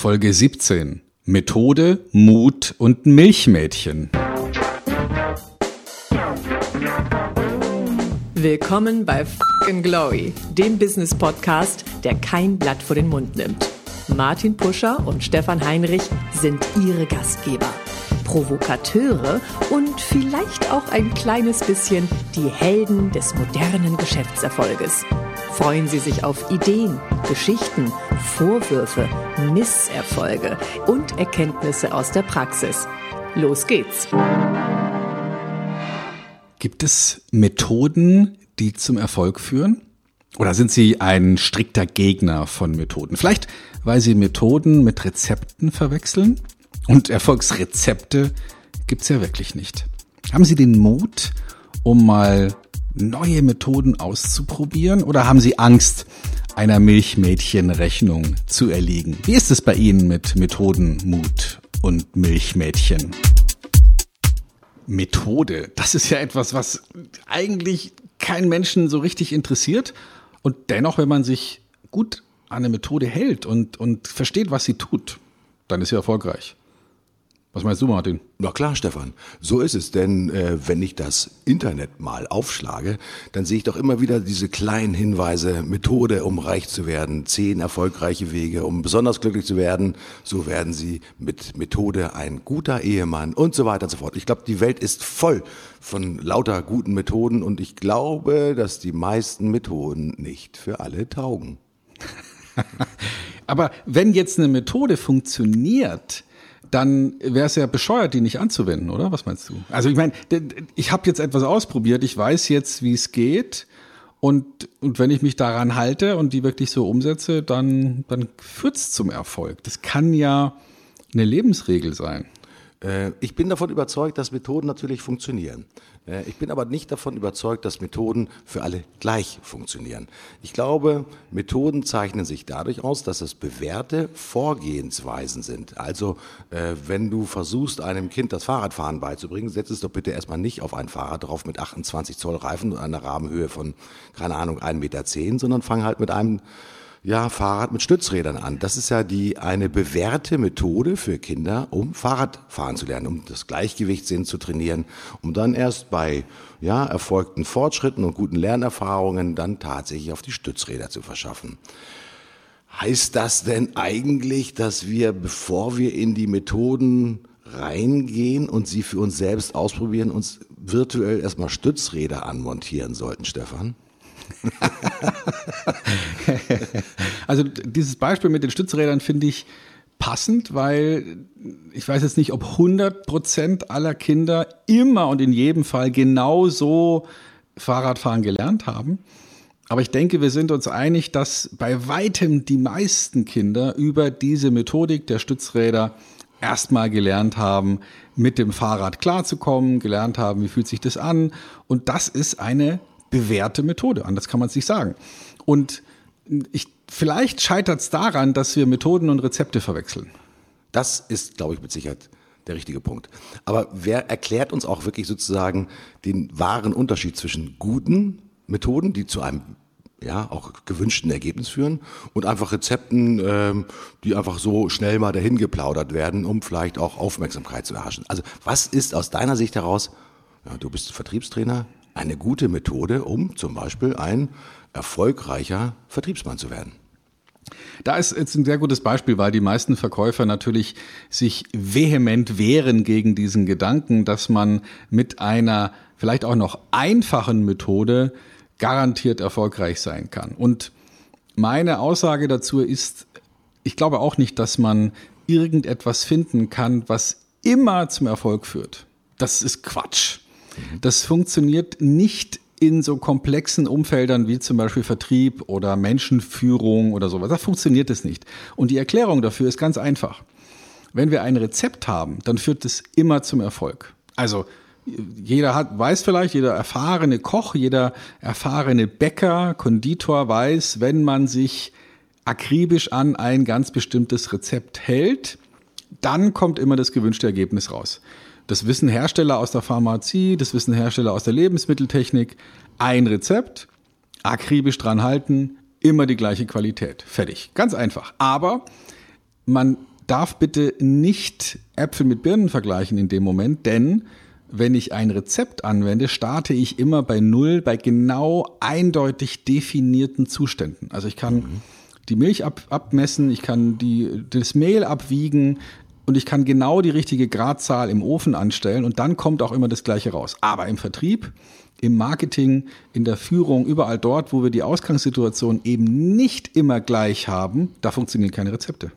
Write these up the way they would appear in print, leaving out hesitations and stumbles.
Folge 17. Methode, Mut und Milchmädchen. Willkommen bei F***ing Glory, dem Business-Podcast, der kein Blatt vor den Mund nimmt. Martin Puscher und Stefan Heinrich sind ihre Gastgeber. Provokateure und vielleicht auch ein kleines bisschen die Helden des modernen Geschäftserfolges. Freuen Sie sich auf Ideen, Geschichten, Vorwürfe, Misserfolge und Erkenntnisse aus der Praxis. Los geht's! Gibt es Methoden, die zum Erfolg führen? Oder sind Sie ein strikter Gegner von Methoden? Vielleicht, weil Sie Methoden mit Rezepten verwechseln? Und Erfolgsrezepte gibt's ja wirklich nicht. Haben Sie den Mut, um mal neue Methoden auszuprobieren? Oder haben Sie Angst, einer Milchmädchenrechnung zu erliegen? Wie ist es bei Ihnen mit Methoden, Mut und Milchmädchen? Methode, das ist ja etwas, was eigentlich keinen Menschen so richtig interessiert. Und dennoch, wenn man sich gut an eine Methode hält und versteht, was sie tut, dann ist sie erfolgreich. Was meinst du, Martin? Na klar, Stefan, so ist es, denn wenn ich das Internet mal aufschlage, dann sehe ich doch immer wieder diese kleinen Hinweise, Methode, um reich zu werden, 10 erfolgreiche Wege, um besonders glücklich zu werden, so werden Sie mit Methode ein guter Ehemann und so weiter und so fort. Ich glaube, die Welt ist voll von lauter guten Methoden und ich glaube, dass die meisten Methoden nicht für alle taugen. Aber wenn jetzt eine Methode funktioniert, dann wäre es ja bescheuert, die nicht anzuwenden, oder? Was meinst du? Also ich meine, ich habe jetzt etwas ausprobiert, ich weiß jetzt, wie es geht und wenn ich mich daran halte und die wirklich so umsetze, dann führt es zum Erfolg. Das kann ja eine Lebensregel sein. Ich bin davon überzeugt, dass Methoden natürlich funktionieren. Ich bin aber nicht davon überzeugt, dass Methoden für alle gleich funktionieren. Ich glaube, Methoden zeichnen sich dadurch aus, dass es bewährte Vorgehensweisen sind. Also wenn du versuchst, einem Kind das Fahrradfahren beizubringen, setz es doch bitte erstmal nicht auf ein Fahrrad drauf mit 28 Zoll Reifen und einer Rahmenhöhe von, keine Ahnung, 1,10 Meter, sondern fang halt mit einem Fahrrad mit Stützrädern an. Das ist ja eine bewährte Methode für Kinder, um Fahrrad fahren zu lernen, um das Gleichgewichtssinn zu trainieren, um dann erst bei erfolgten Fortschritten und guten Lernerfahrungen dann tatsächlich auf die Stützräder zu verschaffen. Heißt das denn eigentlich, dass wir, bevor wir in die Methoden reingehen und sie für uns selbst ausprobieren, uns virtuell erstmal Stützräder anmontieren sollten, Stefan? Also dieses Beispiel mit den Stützrädern finde ich passend, weil ich weiß jetzt nicht, ob 100% aller Kinder immer und in jedem Fall genauso Fahrradfahren gelernt haben. Aber ich denke, wir sind uns einig, dass bei weitem die meisten Kinder über diese Methodik der Stützräder erstmal gelernt haben, mit dem Fahrrad klarzukommen, gelernt haben, wie fühlt sich das an. Und das ist eine bewährte Methode, anders kann man es nicht sagen. Und vielleicht scheitert es daran, dass wir Methoden und Rezepte verwechseln. Das ist, glaube ich, mit Sicherheit der richtige Punkt. Aber wer erklärt uns auch wirklich sozusagen den wahren Unterschied zwischen guten Methoden, die zu einem auch gewünschten Ergebnis führen, und einfach Rezepten, die einfach so schnell mal dahin geplaudert werden, um vielleicht auch Aufmerksamkeit zu erhaschen. Also was ist aus deiner Sicht heraus, du bist Vertriebstrainer, eine gute Methode, um zum Beispiel ein erfolgreicher Vertriebsmann zu werden? Da ist jetzt ein sehr gutes Beispiel, weil die meisten Verkäufer natürlich sich vehement wehren gegen diesen Gedanken, dass man mit einer vielleicht auch noch einfachen Methode garantiert erfolgreich sein kann. Und meine Aussage dazu ist, ich glaube auch nicht, dass man irgendetwas finden kann, was immer zum Erfolg führt. Das ist Quatsch. Das funktioniert nicht in so komplexen Umfeldern wie zum Beispiel Vertrieb oder Menschenführung oder sowas. Da funktioniert es nicht. Und die Erklärung dafür ist ganz einfach. Wenn wir ein Rezept haben, dann führt es immer zum Erfolg. Also jeder weiß vielleicht, jeder erfahrene Koch, jeder erfahrene Bäcker, Konditor weiß, wenn man sich akribisch an ein ganz bestimmtes Rezept hält, dann kommt immer das gewünschte Ergebnis raus. Das wissen Hersteller aus der Pharmazie, das wissen Hersteller aus der Lebensmitteltechnik. Ein Rezept, akribisch dran halten, immer die gleiche Qualität. Fertig. Ganz einfach. Aber man darf bitte nicht Äpfel mit Birnen vergleichen in dem Moment, denn wenn ich ein Rezept anwende, starte ich immer bei Null, bei genau eindeutig definierten Zuständen. Also ich kann die Milch abmessen, ich kann das Mehl abwiegen und ich kann genau die richtige Gradzahl im Ofen anstellen und dann kommt auch immer das Gleiche raus. Aber im Vertrieb, im Marketing, in der Führung, überall dort, wo wir die Ausgangssituation eben nicht immer gleich haben, da funktionieren keine Rezepte.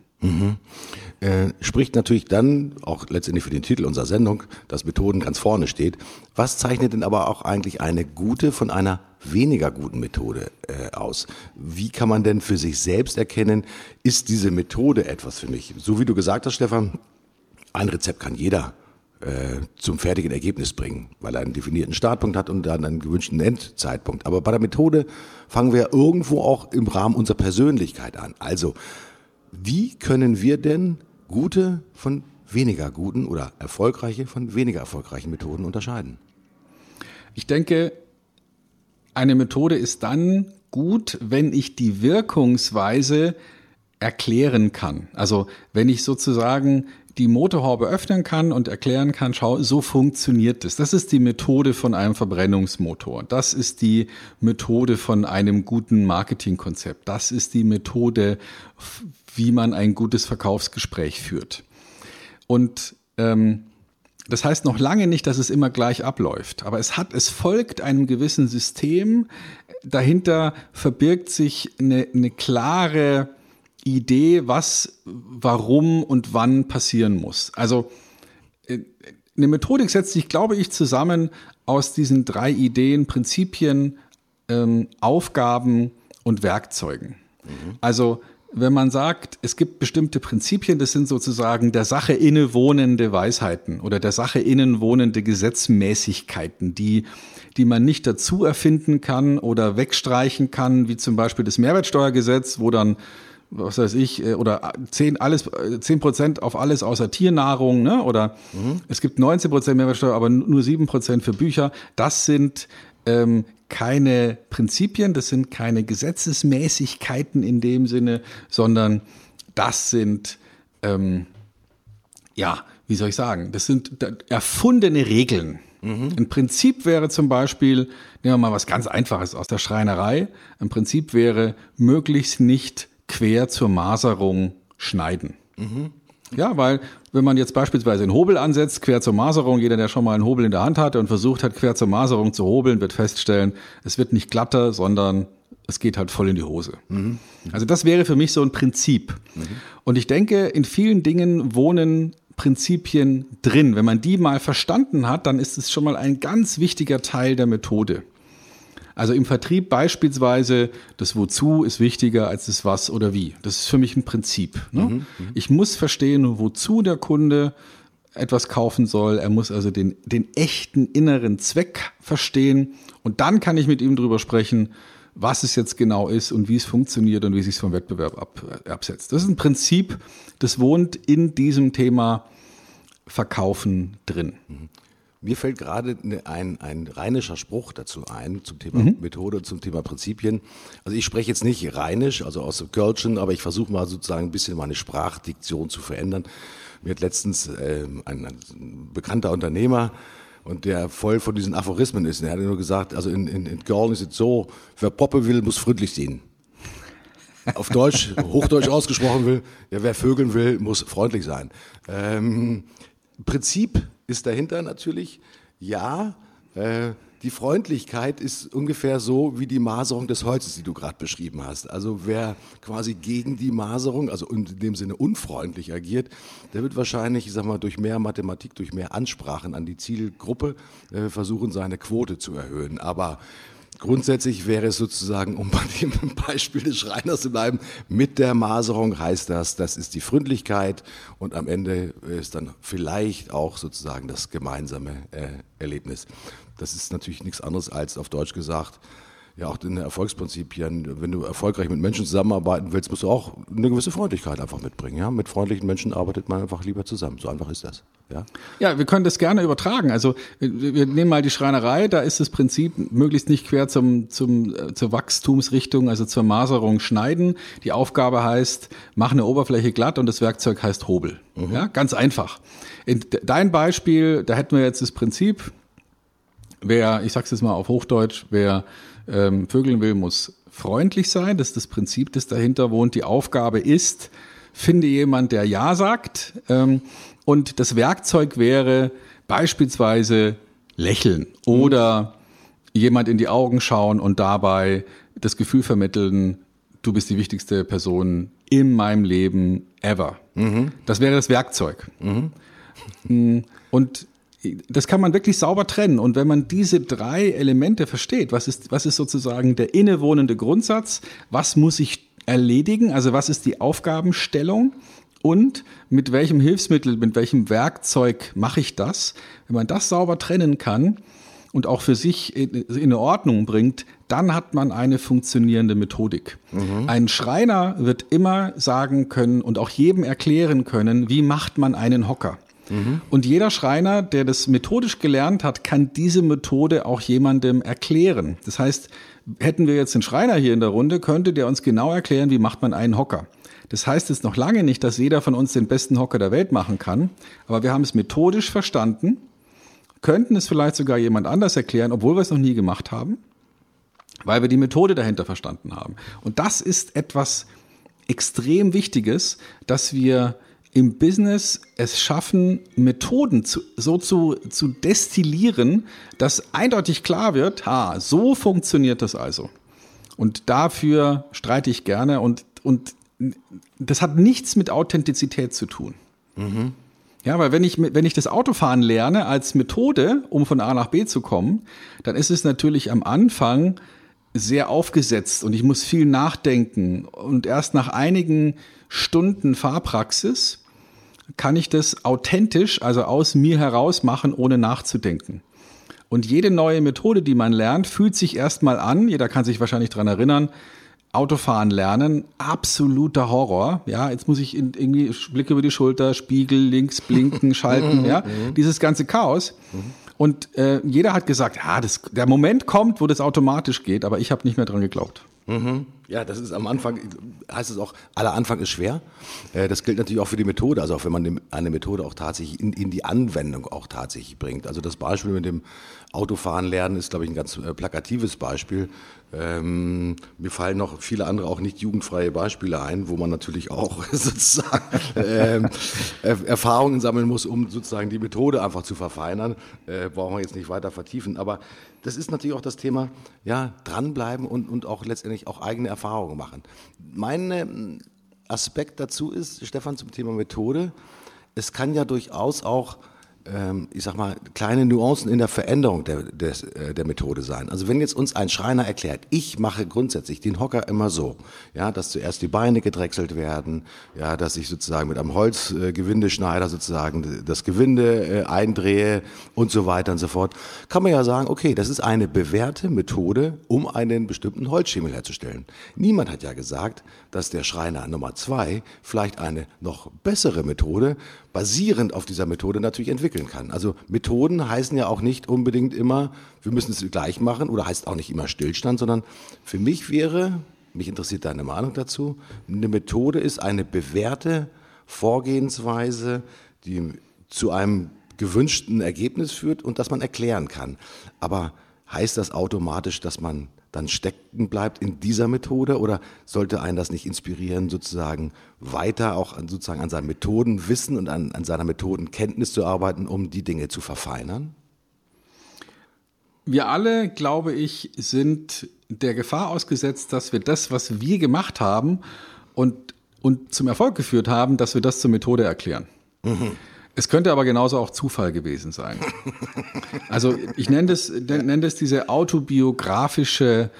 Spricht natürlich dann auch letztendlich für den Titel unserer Sendung, dass Methoden ganz vorne steht. Was zeichnet denn aber auch eigentlich eine gute von einer weniger guten Methode aus? Wie kann man denn für sich selbst erkennen, ist diese Methode etwas für mich? So wie du gesagt hast, Stefan, ein Rezept kann jeder zum fertigen Ergebnis bringen, weil er einen definierten Startpunkt hat und dann einen gewünschten Endzeitpunkt. Aber bei der Methode fangen wir irgendwo auch im Rahmen unserer Persönlichkeit an. Also, wie können wir denn gute von weniger guten oder erfolgreiche von weniger erfolgreichen Methoden unterscheiden? Ich denke, eine Methode ist dann gut, wenn ich die Wirkungsweise erklären kann. Also wenn ich sozusagen die Motorhaube öffnen kann und erklären kann, schau, so funktioniert es. Das ist die Methode von einem Verbrennungsmotor. Das ist die Methode von einem guten Marketingkonzept. Das ist die Methode, wie man ein gutes Verkaufsgespräch führt. Und das heißt noch lange nicht, dass es immer gleich abläuft. Aber es folgt einem gewissen System. Dahinter verbirgt sich eine klare Idee, was, warum und wann passieren muss. Also eine Methodik setzt sich, glaube ich, zusammen aus diesen 3 Ideen, Prinzipien, Aufgaben und Werkzeugen. Also wenn man sagt, es gibt bestimmte Prinzipien, das sind sozusagen der Sache innewohnende Weisheiten oder der Sache innewohnende Gesetzmäßigkeiten, die man nicht dazu erfinden kann oder wegstreichen kann, wie zum Beispiel das Mehrwertsteuergesetz, wo dann was weiß ich, oder 10% auf alles außer Tiernahrung, ne? Oder es gibt 19% Mehrwertsteuer, aber nur 7% für Bücher. Das sind keine Prinzipien, das sind keine Gesetzesmäßigkeiten in dem Sinne, sondern das sind, wie soll ich sagen, das sind erfundene Regeln. Ein Prinzip wäre zum Beispiel, nehmen wir mal was ganz Einfaches aus der Schreinerei, ein Prinzip wäre, möglichst nicht quer zur Maserung schneiden. Ja, weil wenn man jetzt beispielsweise einen Hobel ansetzt, quer zur Maserung, jeder, der schon mal einen Hobel in der Hand hatte und versucht hat, quer zur Maserung zu hobeln, wird feststellen, es wird nicht glatter, sondern es geht halt voll in die Hose. Also das wäre für mich so ein Prinzip. Und ich denke, in vielen Dingen wohnen Prinzipien drin. Wenn man die mal verstanden hat, dann ist es schon mal ein ganz wichtiger Teil der Methode. Also im Vertrieb beispielsweise, das Wozu ist wichtiger als das Was oder Wie. Das ist für mich ein Prinzip. Ne? Ich muss verstehen, wozu der Kunde etwas kaufen soll. Er muss also den echten inneren Zweck verstehen. Und dann kann ich mit ihm drüber sprechen, was es jetzt genau ist und wie es funktioniert und wie es sich vom Wettbewerb absetzt. Das ist ein Prinzip, das wohnt in diesem Thema Verkaufen drin. Mir fällt gerade ein rheinischer Spruch dazu ein, zum Thema Methode, zum Thema Prinzipien. Also ich spreche jetzt nicht rheinisch, also aus dem Kölschen, aber ich versuche mal sozusagen ein bisschen meine Sprachdiktion zu verändern. Mir hat letztens ein bekannter Unternehmer, und der voll von diesen Aphorismen ist, der hat nur gesagt, also in Köln ist es so, wer Poppe will, muss freundlich sein. Auf Deutsch, Hochdeutsch ausgesprochen will, ja, wer vögeln will, muss freundlich sein. Prinzip ist dahinter natürlich, ja, die Freundlichkeit ist ungefähr so wie die Maserung des Holzes, die du gerade beschrieben hast. Also wer quasi gegen die Maserung, also in dem Sinne unfreundlich agiert, der wird wahrscheinlich, ich sag mal, durch mehr Mathematik, durch mehr Ansprachen an die Zielgruppe versuchen, seine Quote zu erhöhen. Aber grundsätzlich wäre es sozusagen, um bei dem Beispiel des Schreiners zu bleiben, mit der Maserung heißt das ist die Freundlichkeit und am Ende ist dann vielleicht auch sozusagen das gemeinsame Erlebnis. Das ist natürlich nichts anderes als auf Deutsch gesagt, ja auch in den Erfolgsprinzipien, wenn du erfolgreich mit Menschen zusammenarbeiten willst, musst du auch eine gewisse Freundlichkeit einfach mitbringen. Ja? Mit freundlichen Menschen arbeitet man einfach lieber zusammen. So einfach ist das. Ja, wir können das gerne übertragen. Also wir nehmen mal die Schreinerei, da ist das Prinzip möglichst nicht quer zur Wachstumsrichtung, also zur Maserung schneiden. Die Aufgabe heißt, mach eine Oberfläche glatt und das Werkzeug heißt Hobel. Ja, ganz einfach. In dein Beispiel, da hätten wir jetzt das Prinzip, ich sag's jetzt mal auf Hochdeutsch, wer vögeln will, muss freundlich sein. Das ist das Prinzip, das dahinter wohnt. Die Aufgabe ist, finde jemand, der Ja sagt. Und das Werkzeug wäre beispielsweise lächeln oder jemand in die Augen schauen und dabei das Gefühl vermitteln, du bist die wichtigste Person in meinem Leben ever. Das wäre das Werkzeug. Und das kann man wirklich sauber trennen. Und wenn man diese 3 Elemente versteht, was ist sozusagen der innewohnende Grundsatz, was muss ich erledigen, also was ist die Aufgabenstellung und mit welchem Hilfsmittel, mit welchem Werkzeug mache ich das, wenn man das sauber trennen kann und auch für sich in Ordnung bringt, dann hat man eine funktionierende Methodik. Ein Schreiner wird immer sagen können und auch jedem erklären können, wie macht man einen Hocker. Und jeder Schreiner, der das methodisch gelernt hat, kann diese Methode auch jemandem erklären. Das heißt, hätten wir jetzt einen Schreiner hier in der Runde, könnte der uns genau erklären, wie macht man einen Hocker. Das heißt jetzt noch lange nicht, dass jeder von uns den besten Hocker der Welt machen kann, aber wir haben es methodisch verstanden, könnten es vielleicht sogar jemand anders erklären, obwohl wir es noch nie gemacht haben, weil wir die Methode dahinter verstanden haben. Und das ist etwas extrem Wichtiges, dass wir im Business es schaffen, Methoden so zu destillieren, dass eindeutig klar wird, so funktioniert das also. Und dafür streite ich gerne und das hat nichts mit Authentizität zu tun. Ja, weil wenn ich das Autofahren lerne als Methode, um von A nach B zu kommen, dann ist es natürlich am Anfang sehr aufgesetzt und ich muss viel nachdenken und erst nach einigen Stunden Fahrpraxis kann ich das authentisch, also aus mir heraus machen, ohne nachzudenken. Und jede neue Methode, die man lernt, fühlt sich erstmal an, jeder kann sich wahrscheinlich dran erinnern, Autofahren lernen, absoluter Horror. Ja, jetzt muss ich irgendwie Blick über die Schulter, Spiegel, links blinken, schalten, ja, dieses ganze Chaos. Und jeder hat gesagt, der Moment kommt, wo das automatisch geht, aber ich habe nicht mehr dran geglaubt. Ja, das ist am Anfang, heißt es auch, aller Anfang ist schwer. Das gilt natürlich auch für die Methode, also auch wenn man eine Methode auch tatsächlich in die Anwendung auch tatsächlich bringt. Also das Beispiel mit dem Autofahren lernen ist, glaube ich, ein ganz plakatives Beispiel. Mir fallen noch viele andere auch nicht jugendfreie Beispiele ein, wo man natürlich auch sozusagen Erfahrungen sammeln muss, um sozusagen die Methode einfach zu verfeinern. Brauchen wir jetzt nicht weiter vertiefen. Aber das ist natürlich auch das Thema, ja, dranbleiben und auch letztendlich auch eigene Erfahrungen machen. Mein Aspekt dazu ist, Stefan, zum Thema Methode, es kann ja durchaus auch ich sag mal, kleine Nuancen in der Veränderung der Methode sein. Also wenn jetzt uns ein Schreiner erklärt, ich mache grundsätzlich den Hocker immer so, ja, dass zuerst die Beine gedrechselt werden, ja, dass ich sozusagen mit einem Holzgewindeschneider sozusagen das Gewinde eindrehe und so weiter und so fort, kann man ja sagen, okay, das ist eine bewährte Methode, um einen bestimmten Holzschemel herzustellen. Niemand hat ja gesagt, dass der Schreiner Nummer 2 vielleicht eine noch bessere Methode basierend auf dieser Methode natürlich entwickeln kann. Also Methoden heißen ja auch nicht unbedingt immer, wir müssen es gleich machen oder heißt auch nicht immer Stillstand, sondern für mich mich interessiert deine Meinung dazu, eine Methode ist eine bewährte Vorgehensweise, die zu einem gewünschten Ergebnis führt und das man erklären kann. Aber heißt das automatisch, dass man dann stecken bleibt in dieser Methode oder sollte einen das nicht inspirieren, sozusagen weiter auch sozusagen an seinem Methodenwissen und an seiner Methodenkenntnis zu arbeiten, um die Dinge zu verfeinern? Wir alle, glaube ich, sind der Gefahr ausgesetzt, dass wir das, was wir gemacht haben und zum Erfolg geführt haben, dass wir das zur Methode erklären. Es könnte aber genauso auch Zufall gewesen sein. Also ich nenne das diese autobiografische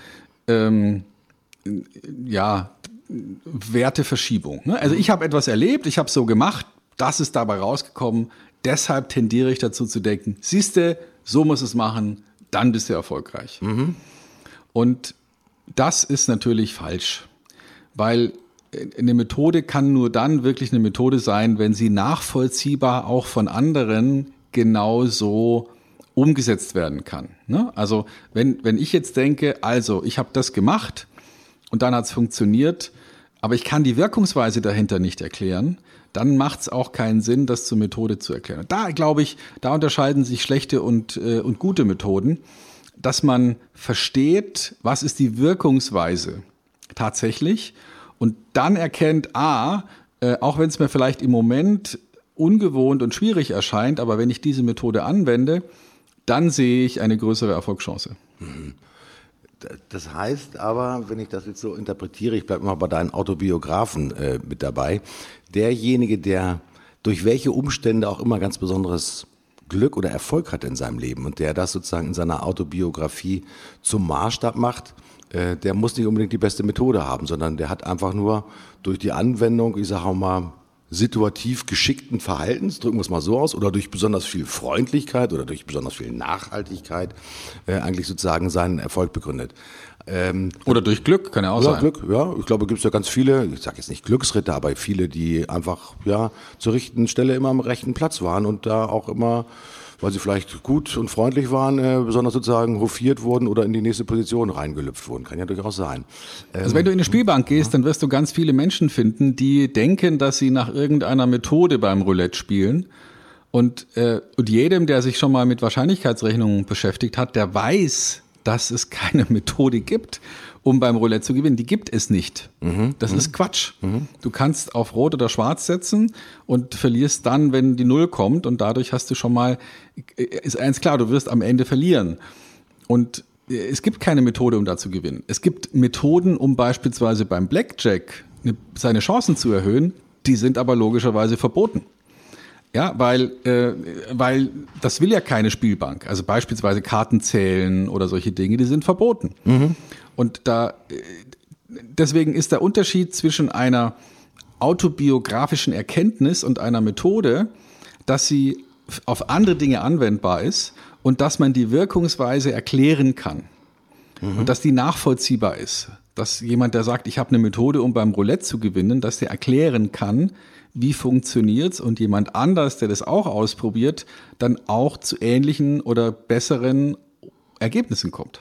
Werteverschiebung. Ne? Also ich habe etwas erlebt, ich habe so gemacht, das ist dabei rausgekommen, deshalb tendiere ich dazu zu denken, siehste, so muss es machen, dann bist du erfolgreich. Und Das ist natürlich falsch, weil eine Methode kann nur dann wirklich eine Methode sein, wenn sie nachvollziehbar auch von anderen genauso umgesetzt werden kann. Ne? Also wenn ich jetzt denke, also ich habe das gemacht und dann hat es funktioniert, aber ich kann die Wirkungsweise dahinter nicht erklären, dann macht es auch keinen Sinn, das zur Methode zu erklären. Und da glaube ich, da unterscheiden sich schlechte und gute Methoden, dass man versteht, was ist die Wirkungsweise tatsächlich und dann erkennt, auch wenn es mir vielleicht im Moment ungewohnt und schwierig erscheint, aber wenn ich diese Methode anwende, dann sehe ich eine größere Erfolgschance. Das heißt aber, wenn ich das jetzt so interpretiere, ich bleibe mal bei deinen Autobiografen mit dabei, derjenige, der durch welche Umstände auch immer ganz besonderes Glück oder Erfolg hat in seinem Leben und der das sozusagen in seiner Autobiografie zum Maßstab macht, der muss nicht unbedingt die beste Methode haben, sondern der hat einfach nur durch die Anwendung, ich sage auch mal, situativ geschickten Verhaltens, drücken wir es mal so aus, oder durch besonders viel Freundlichkeit oder durch besonders viel Nachhaltigkeit eigentlich sozusagen seinen Erfolg begründet. Oder durch Glück, kann ja auch sein. Glück, ja. Ich glaube, gibt es ja ganz viele, ich sage jetzt nicht Glücksritter, aber viele, die einfach zur richtigen Stelle immer am rechten Platz waren und da auch immer, weil sie vielleicht gut und freundlich waren, besonders sozusagen hofiert wurden oder in die nächste Position reingelüpft wurden. Kann ja durchaus sein. Also wenn du in eine Spielbank gehst, dann wirst du ganz viele Menschen finden, die denken, dass sie nach irgendeiner Methode beim Roulette spielen. Und jedem, der sich schon mal mit Wahrscheinlichkeitsrechnungen beschäftigt hat, der weiß, dass es keine Methode gibt, um beim Roulette zu gewinnen. Die gibt es nicht. Das ist Quatsch. Du kannst auf Rot oder Schwarz setzen und verlierst dann, wenn die Null kommt. Und dadurch hast du schon mal, ist eins klar, du wirst am Ende verlieren. Und es gibt keine Methode, um da zu gewinnen. Es gibt Methoden, um beispielsweise beim Blackjack seine Chancen zu erhöhen. Die sind aber logischerweise verboten. Ja, weil das will ja keine Spielbank. Also beispielsweise Karten zählen oder solche Dinge, die sind verboten. Und deswegen ist der Unterschied zwischen einer autobiografischen Erkenntnis und einer Methode, dass sie auf andere Dinge anwendbar ist und dass man die Wirkungsweise erklären kann. Und dass die nachvollziehbar ist. Dass jemand, der sagt, ich habe eine Methode, um beim Roulette zu gewinnen, dass der erklären kann, wie funktioniert's und jemand anders, der das auch ausprobiert, dann auch zu ähnlichen oder besseren Ergebnissen kommt.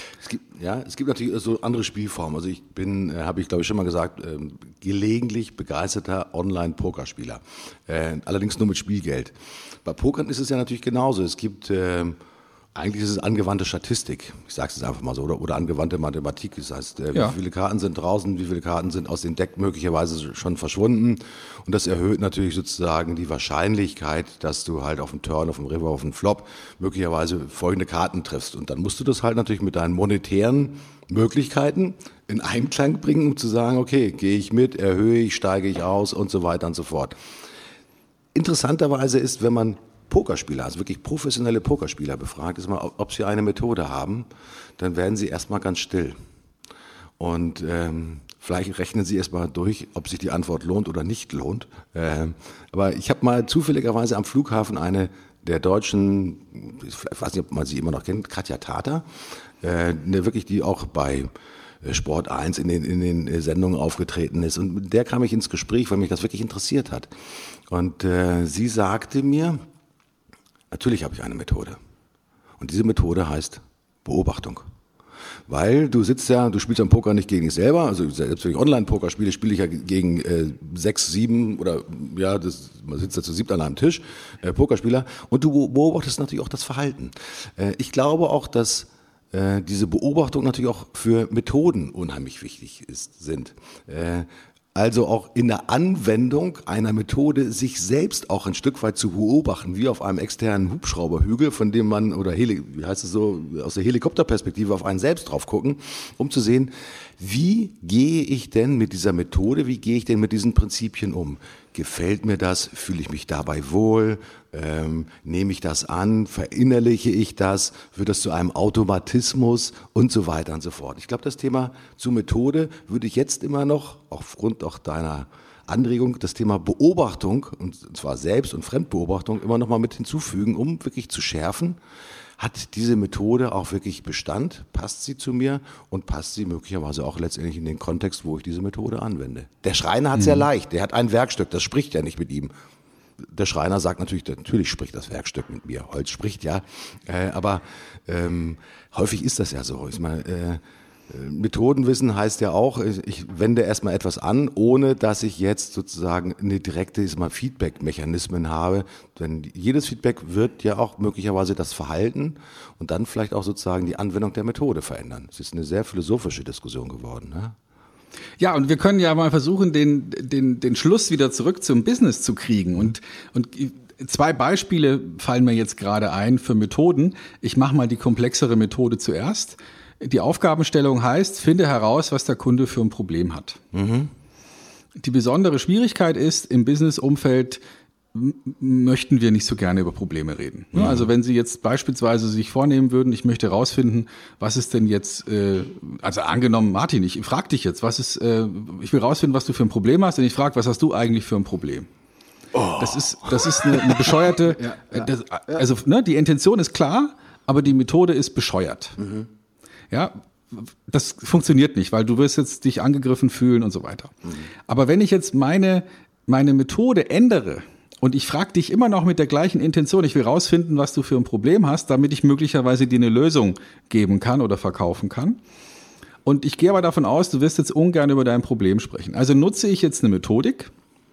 Es gibt natürlich so andere Spielformen. Also ich bin, habe ich glaube ich schon mal gesagt, gelegentlich begeisterter Online-Pokerspieler. Allerdings nur mit Spielgeld. Bei Pokern ist es ja natürlich genauso. Es gibt eigentlich ist es angewandte Statistik, ich sage es jetzt einfach mal so, oder angewandte Mathematik. Das heißt, wie viele Karten sind draußen, wie viele Karten sind aus dem Deck möglicherweise schon verschwunden. Und das erhöht natürlich sozusagen die Wahrscheinlichkeit, dass du halt auf dem Turn, auf dem River, auf dem Flop möglicherweise folgende Karten triffst. Und dann musst du das halt natürlich mit deinen monetären Möglichkeiten in Einklang bringen, um zu sagen, okay, gehe ich mit, erhöhe ich, steige ich aus und so weiter und so fort. Interessanterweise ist, wenn man Pokerspieler, also wirklich professionelle Pokerspieler befragt, ist mal, ob sie eine Methode haben, dann werden sie erstmal ganz still. Und vielleicht rechnen sie erstmal durch, ob sich die Antwort lohnt oder nicht lohnt. Aber ich habe mal zufälligerweise am Flughafen eine der deutschen, ich weiß nicht, ob man sie immer noch kennt, Katja Tater, wirklich die auch bei Sport 1 in den Sendungen aufgetreten ist. Und mit der kam ich ins Gespräch, weil mich das wirklich interessiert hat. Und sie sagte mir, natürlich habe ich eine Methode. Und diese Methode heißt Beobachtung. Weil du sitzt ja, du spielst am Poker nicht gegen dich selber, also selbst wenn ich Online-Poker spiele, spiele ich ja gegen 6, 7 oder man sitzt ja zu 7 an einem Tisch, Pokerspieler, und du beobachtest natürlich auch das Verhalten. Ich glaube auch, dass diese Beobachtung natürlich auch für Methoden unheimlich wichtig sind. Also auch in der Anwendung einer Methode sich selbst auch ein Stück weit zu beobachten, wie auf einem externen Hubschrauberhügel, von dem man, oder wie heißt es so, aus der Helikopterperspektive auf einen selbst drauf gucken, um zu sehen, wie gehe ich denn mit dieser Methode, wie gehe ich denn mit diesen Prinzipien um? Gefällt mir das? Fühle ich mich dabei wohl? Nehme ich das an? Verinnerliche ich das? Wird das zu einem Automatismus? Und so weiter und so fort. Ich glaube, das Thema zur Methode würde ich jetzt immer noch, aufgrund auch deiner Anregung, das Thema Beobachtung, und zwar Selbst- und Fremdbeobachtung, immer noch mal mit hinzufügen, um wirklich zu schärfen. hat diese Methode auch wirklich Bestand? Passt sie zu mir und passt sie möglicherweise auch letztendlich in den Kontext, wo ich diese Methode anwende? Der Schreiner hat es ja leicht, der hat ein Werkstück, das spricht ja nicht mit ihm. Der Schreiner sagt natürlich spricht das Werkstück mit mir, Holz spricht ja, aber häufig ist das ja so. Ich meine, Methodenwissen heißt ja auch, ich wende erstmal etwas an, ohne dass ich jetzt sozusagen eine direkte Feedback-Mechanismen habe. Denn jedes Feedback wird ja auch möglicherweise das Verhalten und dann vielleicht auch sozusagen die Anwendung der Methode verändern. Es ist eine sehr philosophische Diskussion geworden. Ne? Ja, und wir können ja mal versuchen, den Schluss wieder zurück zum Business zu kriegen. Und 2 Beispiele fallen mir jetzt gerade ein für Methoden. Ich mache mal die komplexere Methode zuerst. Die Aufgabenstellung heißt, finde heraus, was der Kunde für ein Problem hat. Mhm. Die besondere Schwierigkeit ist, im Business-Umfeld möchten wir nicht so gerne über Probleme reden. Mhm. Also wenn Sie jetzt beispielsweise sich vornehmen würden, ich möchte herausfinden, was ist denn jetzt, also angenommen, Martin, ich frage dich jetzt, ich will herausfinden, was du für ein Problem hast, und ich frage, was hast du eigentlich für ein Problem? Oh. Das ist eine bescheuerte, also die Intention ist klar, aber die Methode ist bescheuert. Mhm. Ja, das funktioniert nicht, weil du wirst jetzt dich angegriffen fühlen und so weiter. Mhm. Aber wenn ich jetzt meine Methode ändere und ich frage dich immer noch mit der gleichen Intention, ich will rausfinden, was du für ein Problem hast, damit ich möglicherweise dir eine Lösung geben kann oder verkaufen kann. Und ich gehe aber davon aus, du wirst jetzt ungern über dein Problem sprechen. Also nutze ich jetzt eine Methodik.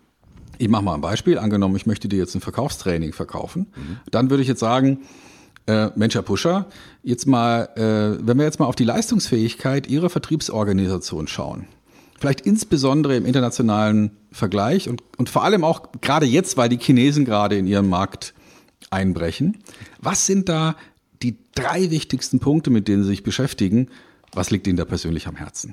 Ich mache mal ein Beispiel. Angenommen, ich möchte dir jetzt ein Verkaufstraining verkaufen. Mhm. Dann würde ich jetzt sagen, Mensch, Herr Puscher, jetzt mal, wenn wir jetzt mal auf die Leistungsfähigkeit Ihrer Vertriebsorganisation schauen, vielleicht insbesondere im internationalen Vergleich und vor allem auch gerade jetzt, weil die Chinesen gerade in ihren Markt einbrechen, was sind da die 3 wichtigsten Punkte, mit denen Sie sich beschäftigen? Was liegt Ihnen da persönlich am Herzen?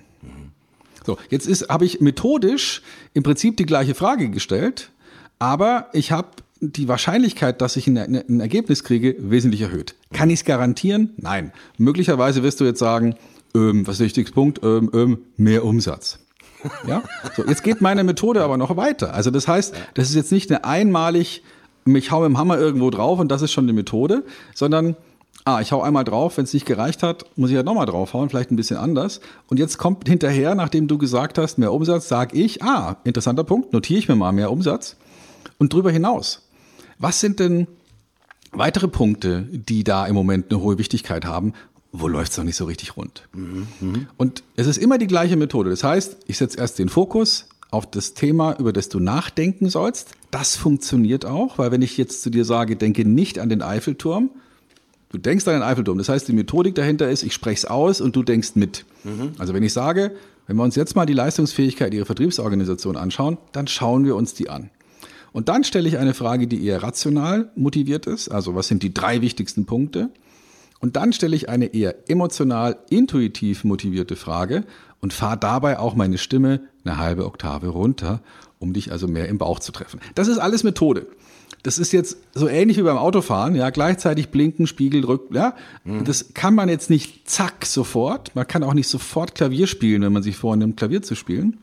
So, jetzt habe ich methodisch im Prinzip die gleiche Frage gestellt, aber ich habe die Wahrscheinlichkeit, dass ich ein Ergebnis kriege, wesentlich erhöht. Kann ich es garantieren? Nein. Möglicherweise wirst du jetzt sagen, was ist der wichtigste Punkt? Mehr Umsatz. Ja? So, jetzt geht meine Methode aber noch weiter. Also das heißt, das ist jetzt nicht eine einmalig, ich hau mit dem Hammer irgendwo drauf und das ist schon eine Methode, sondern ich hau einmal drauf, wenn es nicht gereicht hat, muss ich halt nochmal draufhauen, vielleicht ein bisschen anders. Und jetzt kommt hinterher, nachdem du gesagt hast, mehr Umsatz, sage ich, interessanter Punkt, notiere ich mir mal mehr Umsatz. Und drüber hinaus, was sind denn weitere Punkte, die da im Moment eine hohe Wichtigkeit haben? Wo läuft es noch nicht so richtig rund? Mhm. Und es ist immer die gleiche Methode. Das heißt, ich setze erst den Fokus auf das Thema, über das du nachdenken sollst. Das funktioniert auch, weil wenn ich jetzt zu dir sage, denke nicht an den Eiffelturm, du denkst an den Eiffelturm. Das heißt, die Methodik dahinter ist, ich spreche es aus und du denkst mit. Mhm. Also wenn ich sage, wenn wir uns jetzt mal die Leistungsfähigkeit Ihrer Vertriebsorganisation anschauen, dann schauen wir uns die an. Und dann stelle ich eine Frage, die eher rational motiviert ist. Also was sind die 3 wichtigsten Punkte? Und dann stelle ich eine eher emotional, intuitiv motivierte Frage und fahre dabei auch meine Stimme eine halbe Oktave runter, um dich also mehr im Bauch zu treffen. Das ist alles Methode. Das ist jetzt so ähnlich wie beim Autofahren, ja, gleichzeitig blinken, Spiegel drücken, ja. Das kann man jetzt nicht zack sofort. Man kann auch nicht sofort Klavier spielen, wenn man sich vornimmt, Klavier zu spielen.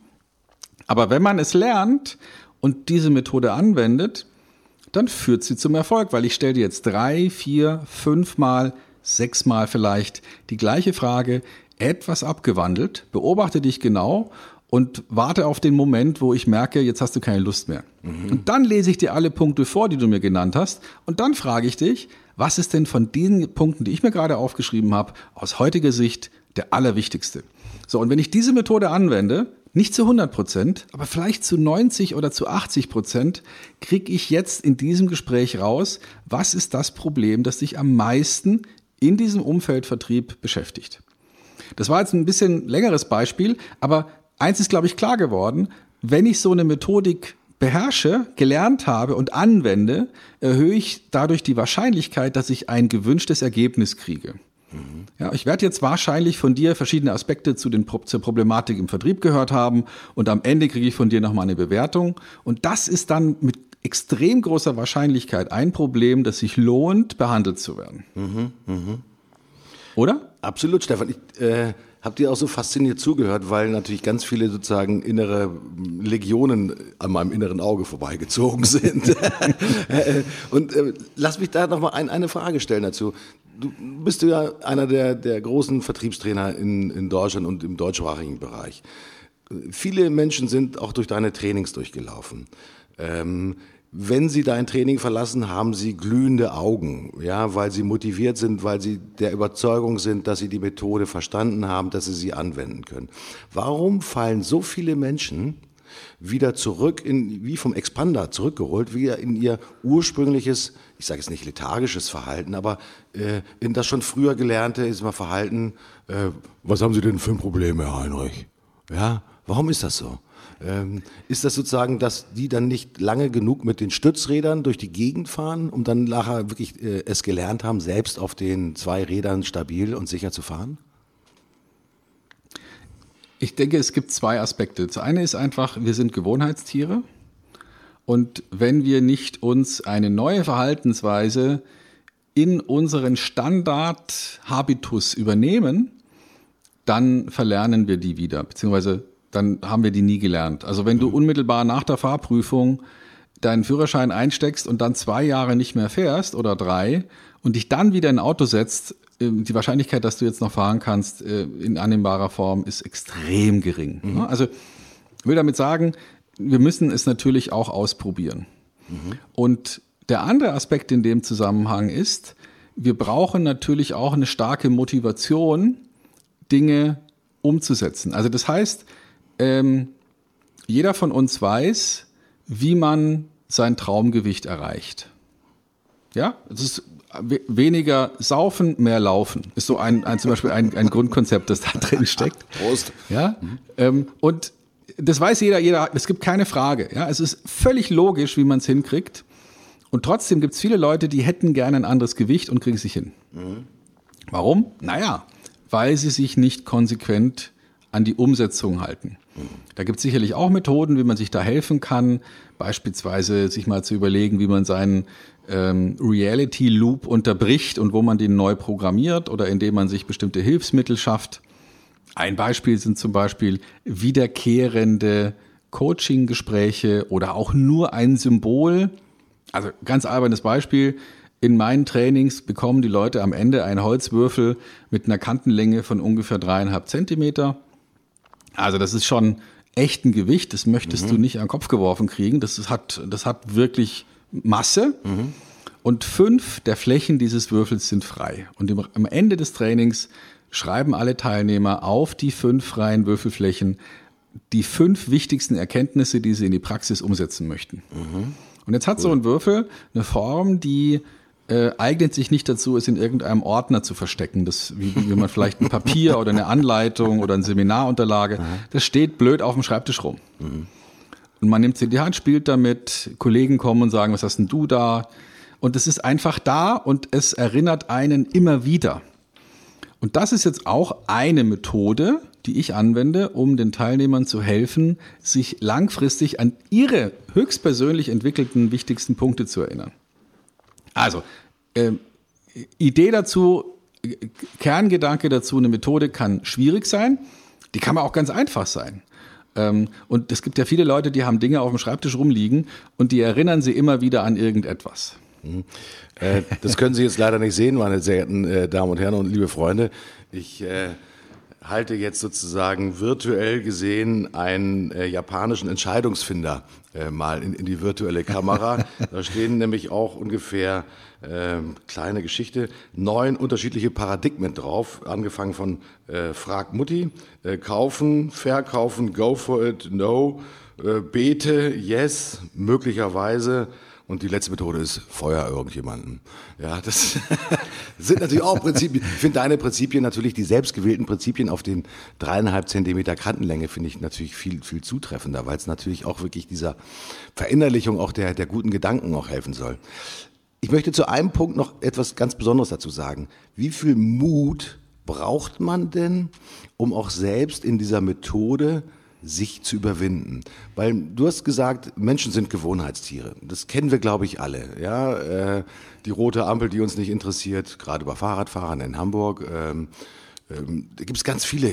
Aber wenn man es lernt und diese Methode anwendet, dann führt sie zum Erfolg, weil ich stelle dir jetzt 3, 4, 5 Mal, 6 Mal vielleicht die gleiche Frage, etwas abgewandelt, beobachte dich genau und warte auf den Moment, wo ich merke, jetzt hast du keine Lust mehr. Mhm. Und dann lese ich dir alle Punkte vor, die du mir genannt hast, und dann frage ich dich, was ist denn von diesen Punkten, die ich mir gerade aufgeschrieben habe, aus heutiger Sicht der allerwichtigste? So, und wenn ich diese Methode anwende, nicht zu 100%, aber vielleicht zu 90 oder zu 80%, kriege ich jetzt in diesem Gespräch raus, was ist das Problem, das dich am meisten in diesem Umfeld Vertrieb beschäftigt. Das war jetzt ein bisschen längeres Beispiel, aber eins ist, glaube ich, klar geworden: Wenn ich so eine Methodik beherrsche, gelernt habe und anwende, erhöhe ich dadurch die Wahrscheinlichkeit, dass ich ein gewünschtes Ergebnis kriege. Ja, ich werde jetzt wahrscheinlich von dir verschiedene Aspekte zur Problematik im Vertrieb gehört haben und am Ende kriege ich von dir nochmal eine Bewertung. Und das ist dann mit extrem großer Wahrscheinlichkeit ein Problem, das sich lohnt, behandelt zu werden. Oder? Absolut, Stefan. Ich habe dir auch so fasziniert zugehört, weil natürlich ganz viele sozusagen innere Legionen an meinem inneren Auge vorbeigezogen sind. Und lass mich da nochmal eine Frage stellen dazu. du bist ja einer der großen Vertriebstrainer in Deutschland und im deutschsprachigen Bereich. Viele Menschen sind auch durch deine Trainings durchgelaufen. Wenn sie dein Training verlassen, haben sie glühende Augen, ja, weil sie motiviert sind, weil sie der Überzeugung sind, dass sie die Methode verstanden haben, dass sie anwenden können. Warum fallen so viele Menschen wieder zurück, wie vom Expander zurückgeholt, wieder in ihr ursprüngliches, ich sage jetzt nicht lethargisches Verhalten, aber in das schon früher gelernte ist mal Verhalten, was haben Sie denn für ein Problem, Herr Heinrich? Ja, warum ist das so? Ist das sozusagen, dass die dann nicht lange genug mit den Stützrädern durch die Gegend fahren, um dann nachher wirklich es gelernt haben, selbst auf den 2 Rädern stabil und sicher zu fahren? Ich denke, es gibt 2 Aspekte. Das eine ist einfach, wir sind Gewohnheitstiere. Und wenn wir nicht uns eine neue Verhaltensweise in unseren Standard-Habitus übernehmen, dann verlernen wir die wieder, beziehungsweise dann haben wir die nie gelernt. Also wenn du unmittelbar nach der Fahrprüfung deinen Führerschein einsteckst und dann 2 Jahre nicht mehr fährst oder 3 und dich dann wieder in ein Auto setzt, die Wahrscheinlichkeit, dass du jetzt noch fahren kannst, in annehmbarer Form ist extrem gering. Mhm. Also ich will damit sagen, wir müssen es natürlich auch ausprobieren. Mhm. Und der andere Aspekt in dem Zusammenhang ist, wir brauchen natürlich auch eine starke Motivation, Dinge umzusetzen. Also das heißt, jeder von uns weiß, wie man sein Traumgewicht erreicht. Ja, es ist weniger saufen, mehr laufen. Ist so zum Beispiel ein Grundkonzept, das da drin steckt. Prost. Ja, und das weiß jeder, es gibt keine Frage. Ja, es ist völlig logisch, wie man es hinkriegt. Und trotzdem gibt es viele Leute, die hätten gerne ein anderes Gewicht und kriegen es nicht hin. Mhm. Warum? Naja, weil sie sich nicht konsequent an die Umsetzung halten. Da gibt es sicherlich auch Methoden, wie man sich da helfen kann, beispielsweise sich mal zu überlegen, wie man seinen Reality Loop unterbricht und wo man den neu programmiert oder indem man sich bestimmte Hilfsmittel schafft. Ein Beispiel sind zum Beispiel wiederkehrende Coaching-Gespräche oder auch nur ein Symbol. Also ganz albernes Beispiel. In meinen Trainings bekommen die Leute am Ende einen Holzwürfel mit einer Kantenlänge von ungefähr 3,5 Zentimeter. Also das ist schon echt ein Gewicht, das möchtest du nicht an den Kopf geworfen kriegen. Das hat wirklich Masse. Mhm. Und 5 der Flächen dieses Würfels sind frei. Und am Ende des Trainings schreiben alle Teilnehmer auf die 5 freien Würfelflächen die 5 wichtigsten Erkenntnisse, die sie in die Praxis umsetzen möchten. Mhm. Und jetzt hat so ein Würfel eine Form, die eignet sich nicht dazu, es in irgendeinem Ordner zu verstecken. Das, wie man vielleicht ein Papier oder eine Anleitung oder eine Seminarunterlage, das steht blöd auf dem Schreibtisch rum. Mhm. Und man nimmt sie in die Hand, spielt damit, Kollegen kommen und sagen, was hast denn du da? Und es ist einfach da und es erinnert einen immer wieder. Und das ist jetzt auch eine Methode, die ich anwende, um den Teilnehmern zu helfen, sich langfristig an ihre höchstpersönlich entwickelten wichtigsten Punkte zu erinnern. Also, Idee dazu, Kerngedanke dazu, eine Methode kann schwierig sein, die kann auch ganz einfach sein. Und es gibt ja viele Leute, die haben Dinge auf dem Schreibtisch rumliegen und die erinnern sie immer wieder an irgendetwas. Das können Sie jetzt leider nicht sehen, meine sehr geehrten Damen und Herren und liebe Freunde. Ich halte jetzt sozusagen virtuell gesehen einen japanischen Entscheidungsfinder mal in die virtuelle Kamera. Da stehen nämlich auch ungefähr, kleine Geschichte, 9 unterschiedliche Paradigmen drauf, angefangen von Frag Mutti, kaufen, verkaufen, go for it, no, bete, yes, möglicherweise. Und die letzte Methode ist, feuer irgendjemanden. Ja, das sind natürlich auch Prinzipien. Ich finde deine Prinzipien natürlich, die selbstgewählten Prinzipien auf den 3,5 Zentimeter Kantenlänge, finde ich natürlich viel, viel zutreffender, weil es natürlich auch wirklich dieser Verinnerlichung auch der guten Gedanken auch helfen soll. Ich möchte zu einem Punkt noch etwas ganz Besonderes dazu sagen. Wie viel Mut braucht man denn, um auch selbst in dieser Methode sich zu überwinden? Weil du hast gesagt, Menschen sind Gewohnheitstiere. Das kennen wir, glaube ich, alle. Ja, die rote Ampel, die uns nicht interessiert, gerade bei Fahrradfahrern in Hamburg. Da gibt es ganz viele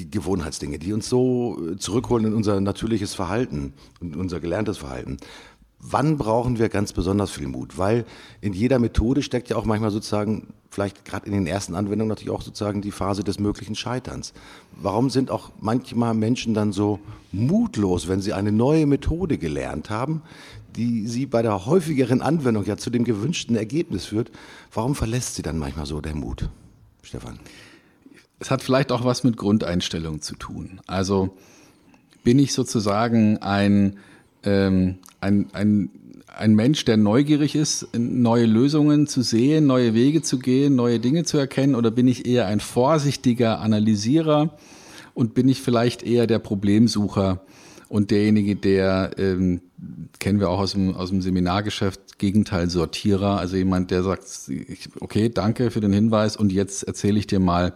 Gewohnheitsdinge, die uns so zurückholen in unser natürliches Verhalten und unser gelerntes Verhalten. wann brauchen wir ganz besonders viel Mut? Weil in jeder Methode steckt ja auch manchmal sozusagen, vielleicht gerade in den ersten Anwendungen natürlich auch sozusagen die Phase des möglichen Scheiterns. Warum sind auch manchmal Menschen dann so mutlos, wenn sie eine neue Methode gelernt haben, die sie bei der häufigeren Anwendung ja zu dem gewünschten Ergebnis führt? Warum verlässt sie dann manchmal so der Mut, Stefan? Es hat vielleicht auch was mit Grundeinstellung zu tun. Also bin ich sozusagen ein Mensch, der neugierig ist, neue Lösungen zu sehen, neue Wege zu gehen, neue Dinge zu erkennen, oder bin ich eher ein vorsichtiger Analysierer und bin ich vielleicht eher der Problemsucher und derjenige, der, kennen wir auch aus dem Seminargeschäft, Gegenteil Sortierer, also jemand, der sagt, okay, danke für den Hinweis und jetzt erzähle ich dir mal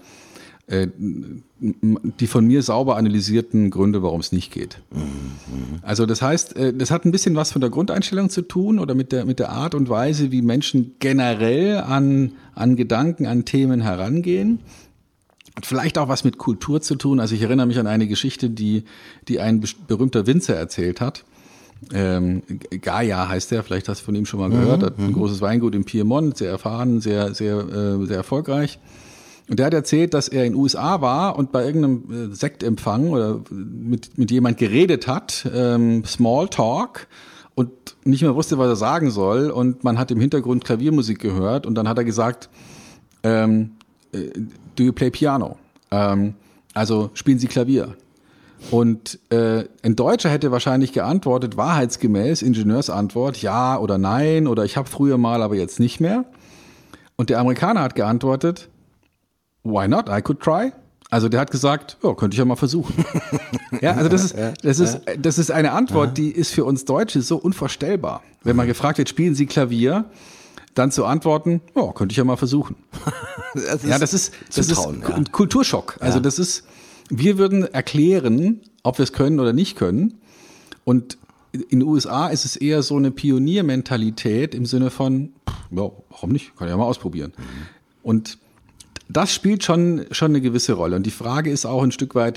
die von mir sauber analysierten Gründe, warum es nicht geht. Also das heißt, das hat ein bisschen was von der Grundeinstellung zu tun oder mit der Art und Weise, wie Menschen generell an Gedanken, an Themen herangehen. Hat vielleicht auch was mit Kultur zu tun. Also ich erinnere mich an eine Geschichte, die ein berühmter Winzer erzählt hat. Gaia heißt er, vielleicht hast du von ihm schon mal gehört. Hat ein großes Weingut im Piemont, sehr erfahren, sehr erfolgreich. Und der hat erzählt, dass er in den USA war und bei irgendeinem Sektempfang oder mit jemand geredet hat, Smalltalk, und nicht mehr wusste, was er sagen soll. Und man hat im Hintergrund Klaviermusik gehört und dann hat er gesagt, do you play piano? Also spielen Sie Klavier? Und ein Deutscher hätte wahrscheinlich geantwortet, wahrheitsgemäß, Ingenieursantwort, ja oder nein oder ich habe früher mal, aber jetzt nicht mehr. Und der Amerikaner hat geantwortet, why not? I could try. Also der hat gesagt, ja, könnte ich ja mal versuchen. Ja, also das ist eine Antwort, die ist für uns Deutsche so unvorstellbar. Wenn man gefragt wird, spielen Sie Klavier, dann zu antworten, ja, könnte ich ja mal versuchen. Das ist ein Kulturschock. Also das ist, wir würden erklären, ob wir es können oder nicht können. Und in den USA ist es eher so eine Pioniermentalität im Sinne von, ja, warum nicht? Kann ich ja mal ausprobieren. Und das spielt schon eine gewisse Rolle. Und die Frage ist auch ein Stück weit,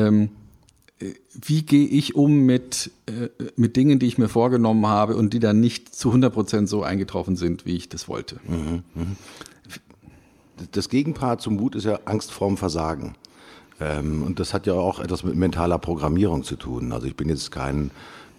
wie gehe ich um mit Dingen, die ich mir vorgenommen habe und die dann nicht zu 100% so eingetroffen sind, wie ich das wollte. Das Gegenpart zum Mut ist ja Angst vorm Versagen. Und das hat ja auch etwas mit mentaler Programmierung zu tun. Also ich bin jetzt kein,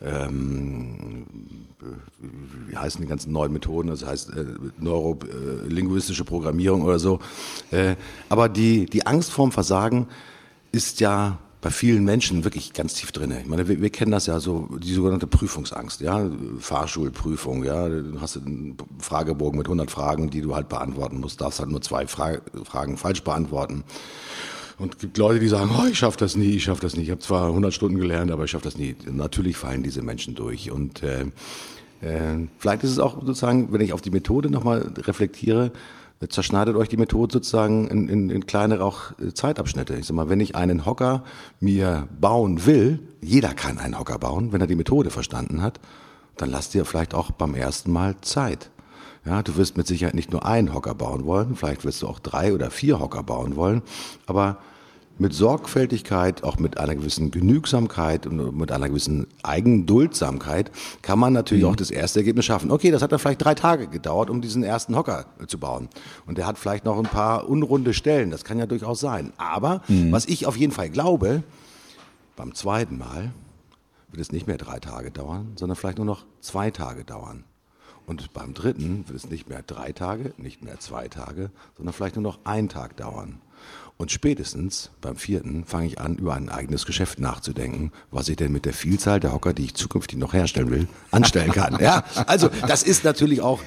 wie heißen die ganzen neuen Methoden, das heißt neurolinguistische Programmierung oder so. Aber die Angst vorm Versagen ist ja bei vielen Menschen wirklich ganz tief drin. Ich meine, wir kennen das ja so, die sogenannte Prüfungsangst, ja, Fahrschulprüfung, ja, du hast einen Fragebogen mit 100 Fragen, die du halt beantworten musst, darfst halt nur 2 Fragen falsch beantworten. Und es gibt Leute, die sagen, oh, ich schaffe das nie. Ich habe zwar 100 Stunden gelernt, aber ich schaffe das nie. Natürlich fallen diese Menschen durch. Und vielleicht ist es auch sozusagen, wenn ich auf die Methode nochmal reflektiere, zerschneidet euch die Methode sozusagen in kleinere auch Zeitabschnitte. Ich sag mal, wenn ich einen Hocker mir bauen will, jeder kann einen Hocker bauen, wenn er die Methode verstanden hat, dann lasst dir vielleicht auch beim ersten Mal Zeit. Ja, du wirst mit Sicherheit nicht nur einen Hocker bauen wollen, vielleicht wirst du auch 3 oder 4 Hocker bauen wollen, aber mit Sorgfältigkeit, auch mit einer gewissen Genügsamkeit und mit einer gewissen Eigenduldsamkeit kann man natürlich auch das erste Ergebnis schaffen. Okay, das hat dann vielleicht 3 Tage gedauert, um diesen ersten Hocker zu bauen. Und der hat vielleicht noch ein paar unrunde Stellen, das kann ja durchaus sein. Aber was ich auf jeden Fall glaube, beim zweiten Mal wird es nicht mehr 3 Tage dauern, sondern vielleicht nur noch 2 Tage dauern. Und beim dritten wird es nicht mehr 3 Tage, nicht mehr 2 Tage, sondern vielleicht nur noch 1 Tag dauern. Und spätestens beim 4. fange ich an, über ein eigenes Geschäft nachzudenken, was ich denn mit der Vielzahl der Hocker, die ich zukünftig noch herstellen will, anstellen kann. Ja, also das ist natürlich auch,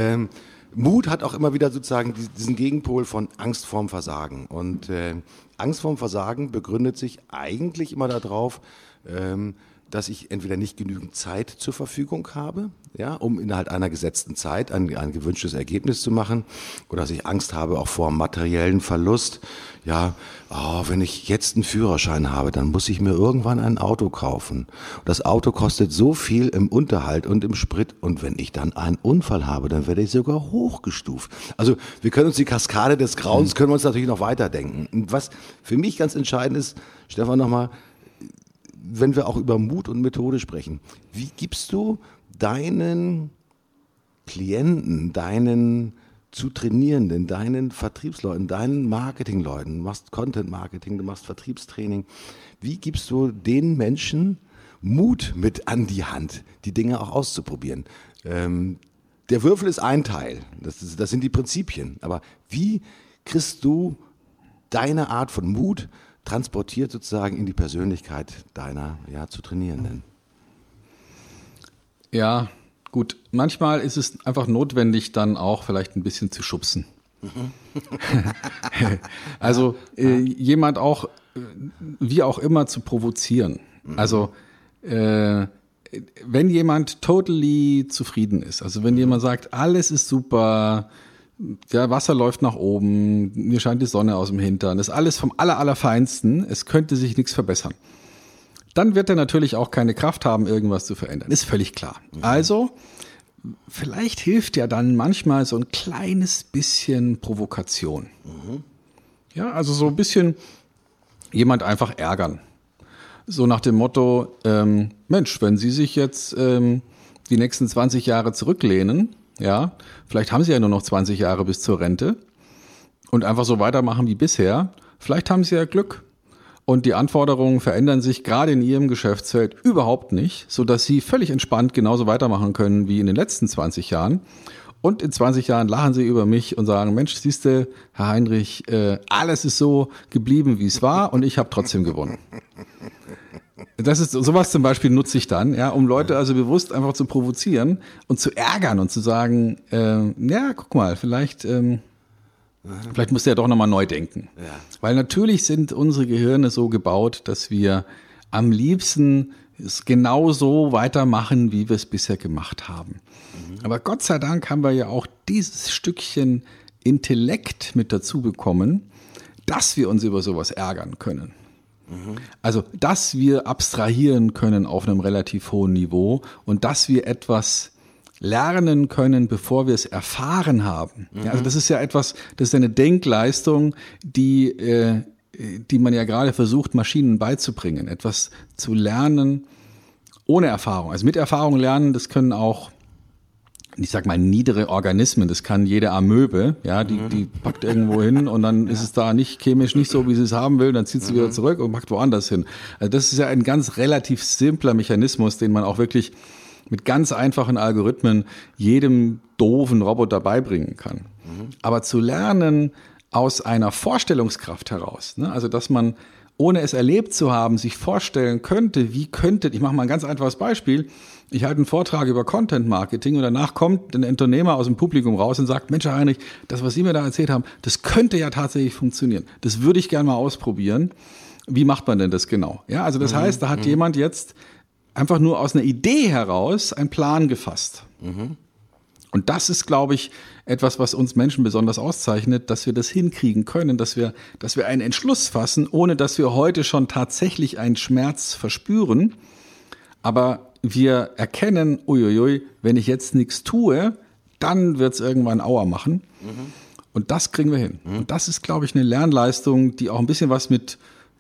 Mut hat auch immer wieder sozusagen diesen Gegenpol von Angst vorm Versagen. Und Angst vorm Versagen begründet sich eigentlich immer darauf, dass ich entweder nicht genügend Zeit zur Verfügung habe, ja, um innerhalb einer gesetzten Zeit ein gewünschtes Ergebnis zu machen, oder dass ich Angst habe auch vor materiellen Verlust. Ja, wenn ich jetzt einen Führerschein habe, dann muss ich mir irgendwann ein Auto kaufen. Das Auto kostet so viel im Unterhalt und im Sprit, und wenn ich dann einen Unfall habe, dann werde ich sogar hochgestuft. Also wir können uns die Kaskade des Grauens, können wir uns natürlich noch weiterdenken. Und was für mich ganz entscheidend ist, Stefan, nochmal, wenn wir auch über Mut und Methode sprechen, wie gibst du deinen Klienten, deinen zu Trainierenden, deinen Vertriebsleuten, deinen Marketingleuten, du machst Content-Marketing, du machst Vertriebstraining, wie gibst du den Menschen Mut mit an die Hand, die Dinge auch auszuprobieren? Der Würfel ist ein Teil, das sind die Prinzipien, aber wie kriegst du deine Art von Mut transportiert sozusagen in die Persönlichkeit deiner zu Trainierenden? Ja, gut. Manchmal ist es einfach notwendig, dann auch vielleicht ein bisschen zu schubsen. Also jemand auch, wie auch immer, zu provozieren. Also wenn jemand totally zufrieden ist, also wenn jemand sagt, alles ist super, der Wasser läuft nach oben, mir scheint die Sonne aus dem Hintern, ist alles vom Allerfeinsten, es könnte sich nichts verbessern. Dann wird er natürlich auch keine Kraft haben, irgendwas zu verändern. Ist völlig klar. Also, vielleicht hilft ja dann manchmal so ein kleines bisschen Provokation. Ja, also so ein bisschen jemand einfach ärgern. So nach dem Motto, Mensch, wenn Sie sich jetzt die nächsten 20 Jahre zurücklehnen, ja, vielleicht haben Sie ja nur noch 20 Jahre bis zur Rente und einfach so weitermachen wie bisher, vielleicht haben Sie ja Glück. Und die Anforderungen verändern sich gerade in Ihrem Geschäftsfeld überhaupt nicht, sodass Sie völlig entspannt genauso weitermachen können wie in den letzten 20 Jahren. Und in 20 Jahren lachen Sie über mich und sagen, Mensch, siehste, Herr Heinrich, alles ist so geblieben, wie es war und ich habe trotzdem gewonnen. Das ist sowas zum Beispiel nutze ich dann, ja, um Leute also bewusst einfach zu provozieren und zu ärgern und zu sagen, ja, guck mal, vielleicht musst du ja doch nochmal neu denken. Ja. Weil natürlich sind unsere Gehirne so gebaut, dass wir am liebsten es genau so weitermachen, wie wir es bisher gemacht haben. Aber Gott sei Dank haben wir ja auch dieses Stückchen Intellekt mit dazu bekommen, dass wir uns über sowas ärgern können. Also, dass wir abstrahieren können auf einem relativ hohen Niveau und dass wir etwas lernen können, bevor wir es erfahren haben. Ja, also das ist ja etwas, das ist eine Denkleistung, die man ja gerade versucht, Maschinen beizubringen. Etwas zu lernen ohne Erfahrung. Also mit Erfahrung lernen, das können auch, ich sag mal, niedere Organismen. Das kann jede Amöbe, ja, die packt irgendwo hin und dann ist es da nicht chemisch nicht so, wie sie es haben will, dann zieht sie wieder zurück und packt woanders hin. Also das ist ja ein ganz relativ simpler Mechanismus, den man auch wirklich mit ganz einfachen Algorithmen jedem doofen Roboter beibringen kann. Aber zu lernen aus einer Vorstellungskraft heraus, ne? Also dass man, ohne es erlebt zu haben, sich vorstellen könnte, ich mache mal ein ganz einfaches Beispiel, ich halte einen Vortrag über Content Marketing und danach kommt ein Unternehmer aus dem Publikum raus und sagt, Mensch, Herr Heinrich, das, was Sie mir da erzählt haben, das könnte ja tatsächlich funktionieren. Das würde ich gerne mal ausprobieren. Wie macht man denn das genau? Ja, also das heißt, da hat jemand jetzt einfach nur aus einer Idee heraus einen Plan gefasst. Und das ist, glaube ich, etwas, was uns Menschen besonders auszeichnet, dass wir das hinkriegen können, dass wir einen Entschluss fassen, ohne dass wir heute schon tatsächlich einen Schmerz verspüren. Aber wir erkennen, uiuiui, wenn ich jetzt nichts tue, dann wird es irgendwann Aua machen. Und das kriegen wir hin. Und das ist, glaube ich, eine Lernleistung, die auch ein bisschen was mit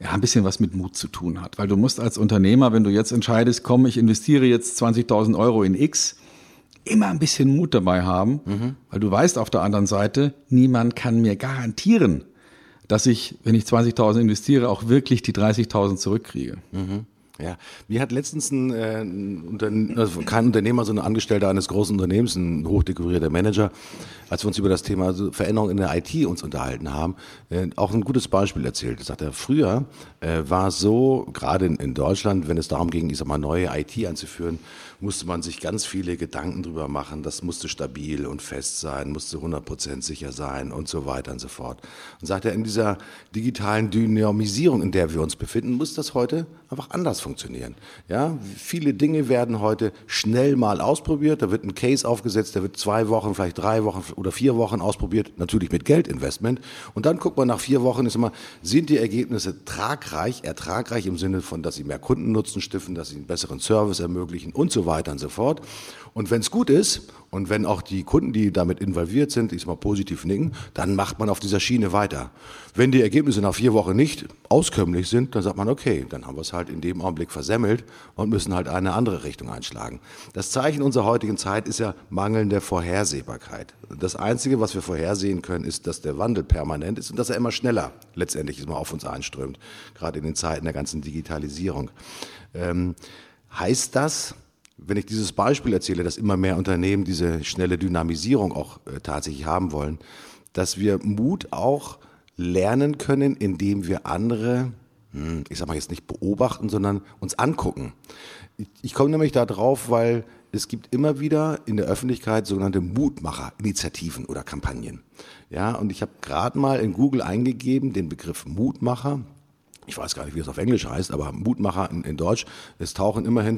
Mut zu tun hat. Weil du musst als Unternehmer, wenn du jetzt entscheidest, komm, ich investiere jetzt 20.000 Euro in X, immer ein bisschen Mut dabei haben, weil du weißt auf der anderen Seite, niemand kann mir garantieren, dass ich, wenn ich 20.000 investiere, auch wirklich die 30.000 zurückkriege. Ja, mir hat letztens kein Unternehmer, sondern ein Angestellter eines großen Unternehmens, ein hochdekorierter Manager, als wir uns über das Thema Veränderung in der IT uns unterhalten haben, auch ein gutes Beispiel erzählt. Er sagt, früher war es so, gerade in Deutschland, wenn es darum ging, neue IT einzuführen, musste man sich ganz viele Gedanken drüber machen. Das musste stabil und fest sein, musste 100% sicher sein und so weiter und so fort. Und sagt er, in dieser digitalen Dynamisierung, in der wir uns befinden, muss das heute einfach anders funktionieren. Ja, viele Dinge werden heute schnell mal ausprobiert. Da wird ein Case aufgesetzt, der wird 2 Wochen, vielleicht 3 Wochen oder 4 Wochen ausprobiert, natürlich mit Geldinvestment. Und dann guckt man nach 4 Wochen, sind die Ergebnisse ertragreich im Sinne von, dass sie mehr Kundennutzen stiften, dass sie einen besseren Service ermöglichen und so weiter und so fort. Und wenn es gut ist und wenn auch die Kunden, die damit involviert sind, positiv nicken, dann macht man auf dieser Schiene weiter. Wenn die Ergebnisse nach 4 Wochen nicht auskömmlich sind, dann sagt man, okay, dann haben wir es halt in dem Augenblick versemmelt und müssen halt eine andere Richtung einschlagen. Das Zeichen unserer heutigen Zeit ist ja mangelnde Vorhersehbarkeit. Das Einzige, was wir vorhersehen können, ist, dass der Wandel permanent ist und dass er immer schneller letztendlich immer auf uns einströmt, gerade in den Zeiten der ganzen Digitalisierung. Heißt das, wenn ich dieses Beispiel erzähle, dass immer mehr Unternehmen diese schnelle Dynamisierung auch tatsächlich haben wollen, dass wir Mut auch lernen können, indem wir andere, ich sag mal jetzt nicht beobachten, sondern uns angucken. Ich komme nämlich da drauf, weil es gibt immer wieder in der Öffentlichkeit sogenannte Mutmacher-Initiativen oder Kampagnen. Ja, und ich habe gerade mal in Google eingegeben den Begriff Mutmacher. Ich weiß gar nicht, wie das auf Englisch heißt, aber Mutmacher in Deutsch. Es tauchen immerhin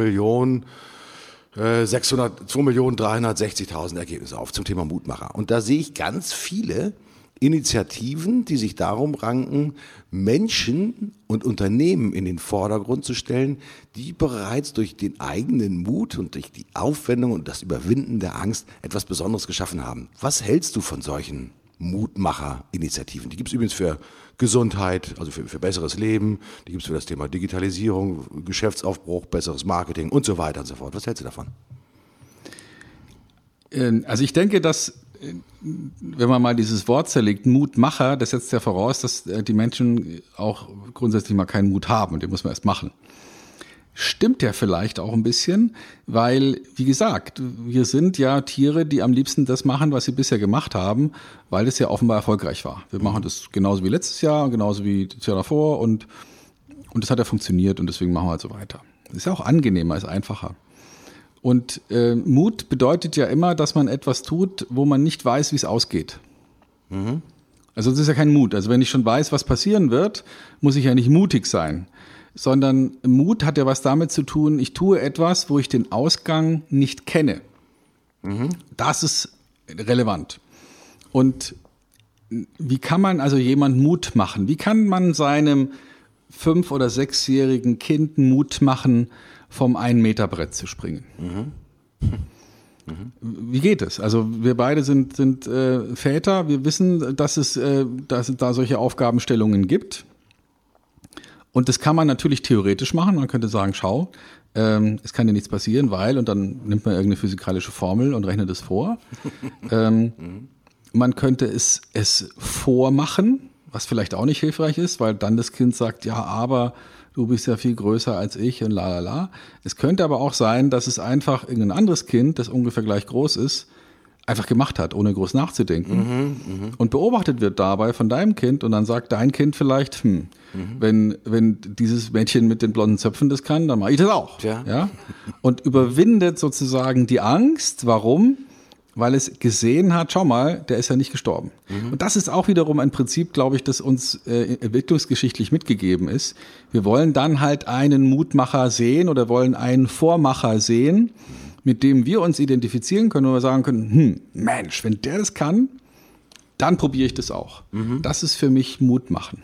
2.360.000 Ergebnisse auf zum Thema Mutmacher. Und da sehe ich ganz viele Initiativen, die sich darum ranken, Menschen und Unternehmen in den Vordergrund zu stellen, die bereits durch den eigenen Mut und durch die Aufwendung und das Überwinden der Angst etwas Besonderes geschaffen haben. Was hältst du von solchen Mutmacher-Initiativen? Die gibt es übrigens für Gesundheit, also für besseres Leben, die gibt es für das Thema Digitalisierung, Geschäftsaufbruch, besseres Marketing und so weiter und so fort. Was hältst du davon? Also ich denke, dass, wenn man mal dieses Wort zerlegt, Mutmacher, das setzt ja voraus, dass die Menschen auch grundsätzlich mal keinen Mut haben und den muss man erst machen. Stimmt ja vielleicht auch ein bisschen, weil, wie gesagt, wir sind ja Tiere, die am liebsten das machen, was sie bisher gemacht haben, weil es ja offenbar erfolgreich war. Wir machen das genauso wie letztes Jahr, genauso wie das Jahr davor und das hat ja funktioniert und deswegen machen wir halt so weiter. Das ist ja auch angenehmer, ist einfacher. Und Mut bedeutet ja immer, dass man etwas tut, wo man nicht weiß, wie es ausgeht. Also das ist ja kein Mut. Also wenn ich schon weiß, was passieren wird, muss ich ja nicht mutig sein. Sondern Mut hat ja was damit zu tun, ich tue etwas, wo ich den Ausgang nicht kenne. Das ist relevant. Und wie kann man also jemand Mut machen? Wie kann man seinem 5- oder 6-jährigen Kind Mut machen, vom 1-Meter-Brett zu springen? Wie geht es? Also wir beide sind Väter, wir wissen, dass es da solche Aufgabenstellungen gibt. Und das kann man natürlich theoretisch machen. Man könnte sagen, schau, es kann dir nichts passieren, weil, und dann nimmt man irgendeine physikalische Formel und rechnet es vor. Man könnte es vormachen, was vielleicht auch nicht hilfreich ist, weil dann das Kind sagt, ja, aber du bist ja viel größer als ich und la. Es könnte aber auch sein, dass es einfach irgendein anderes Kind, das ungefähr gleich groß ist, einfach gemacht hat, ohne groß nachzudenken und beobachtet wird dabei von deinem Kind und dann sagt dein Kind vielleicht, wenn dieses Mädchen mit den blonden Zöpfen das kann, dann mache ich das auch. Ja? Und überwindet sozusagen die Angst. Warum? Weil es gesehen hat, schau mal, der ist ja nicht gestorben. Und das ist auch wiederum ein Prinzip, glaube ich, das uns entwicklungsgeschichtlich mitgegeben ist. Wir wollen dann halt einen Mutmacher sehen oder wollen einen Vormacher sehen, mit dem wir uns identifizieren können und wir sagen können, Mensch, wenn der das kann, dann probiere ich das auch. Das ist für mich Mut machen.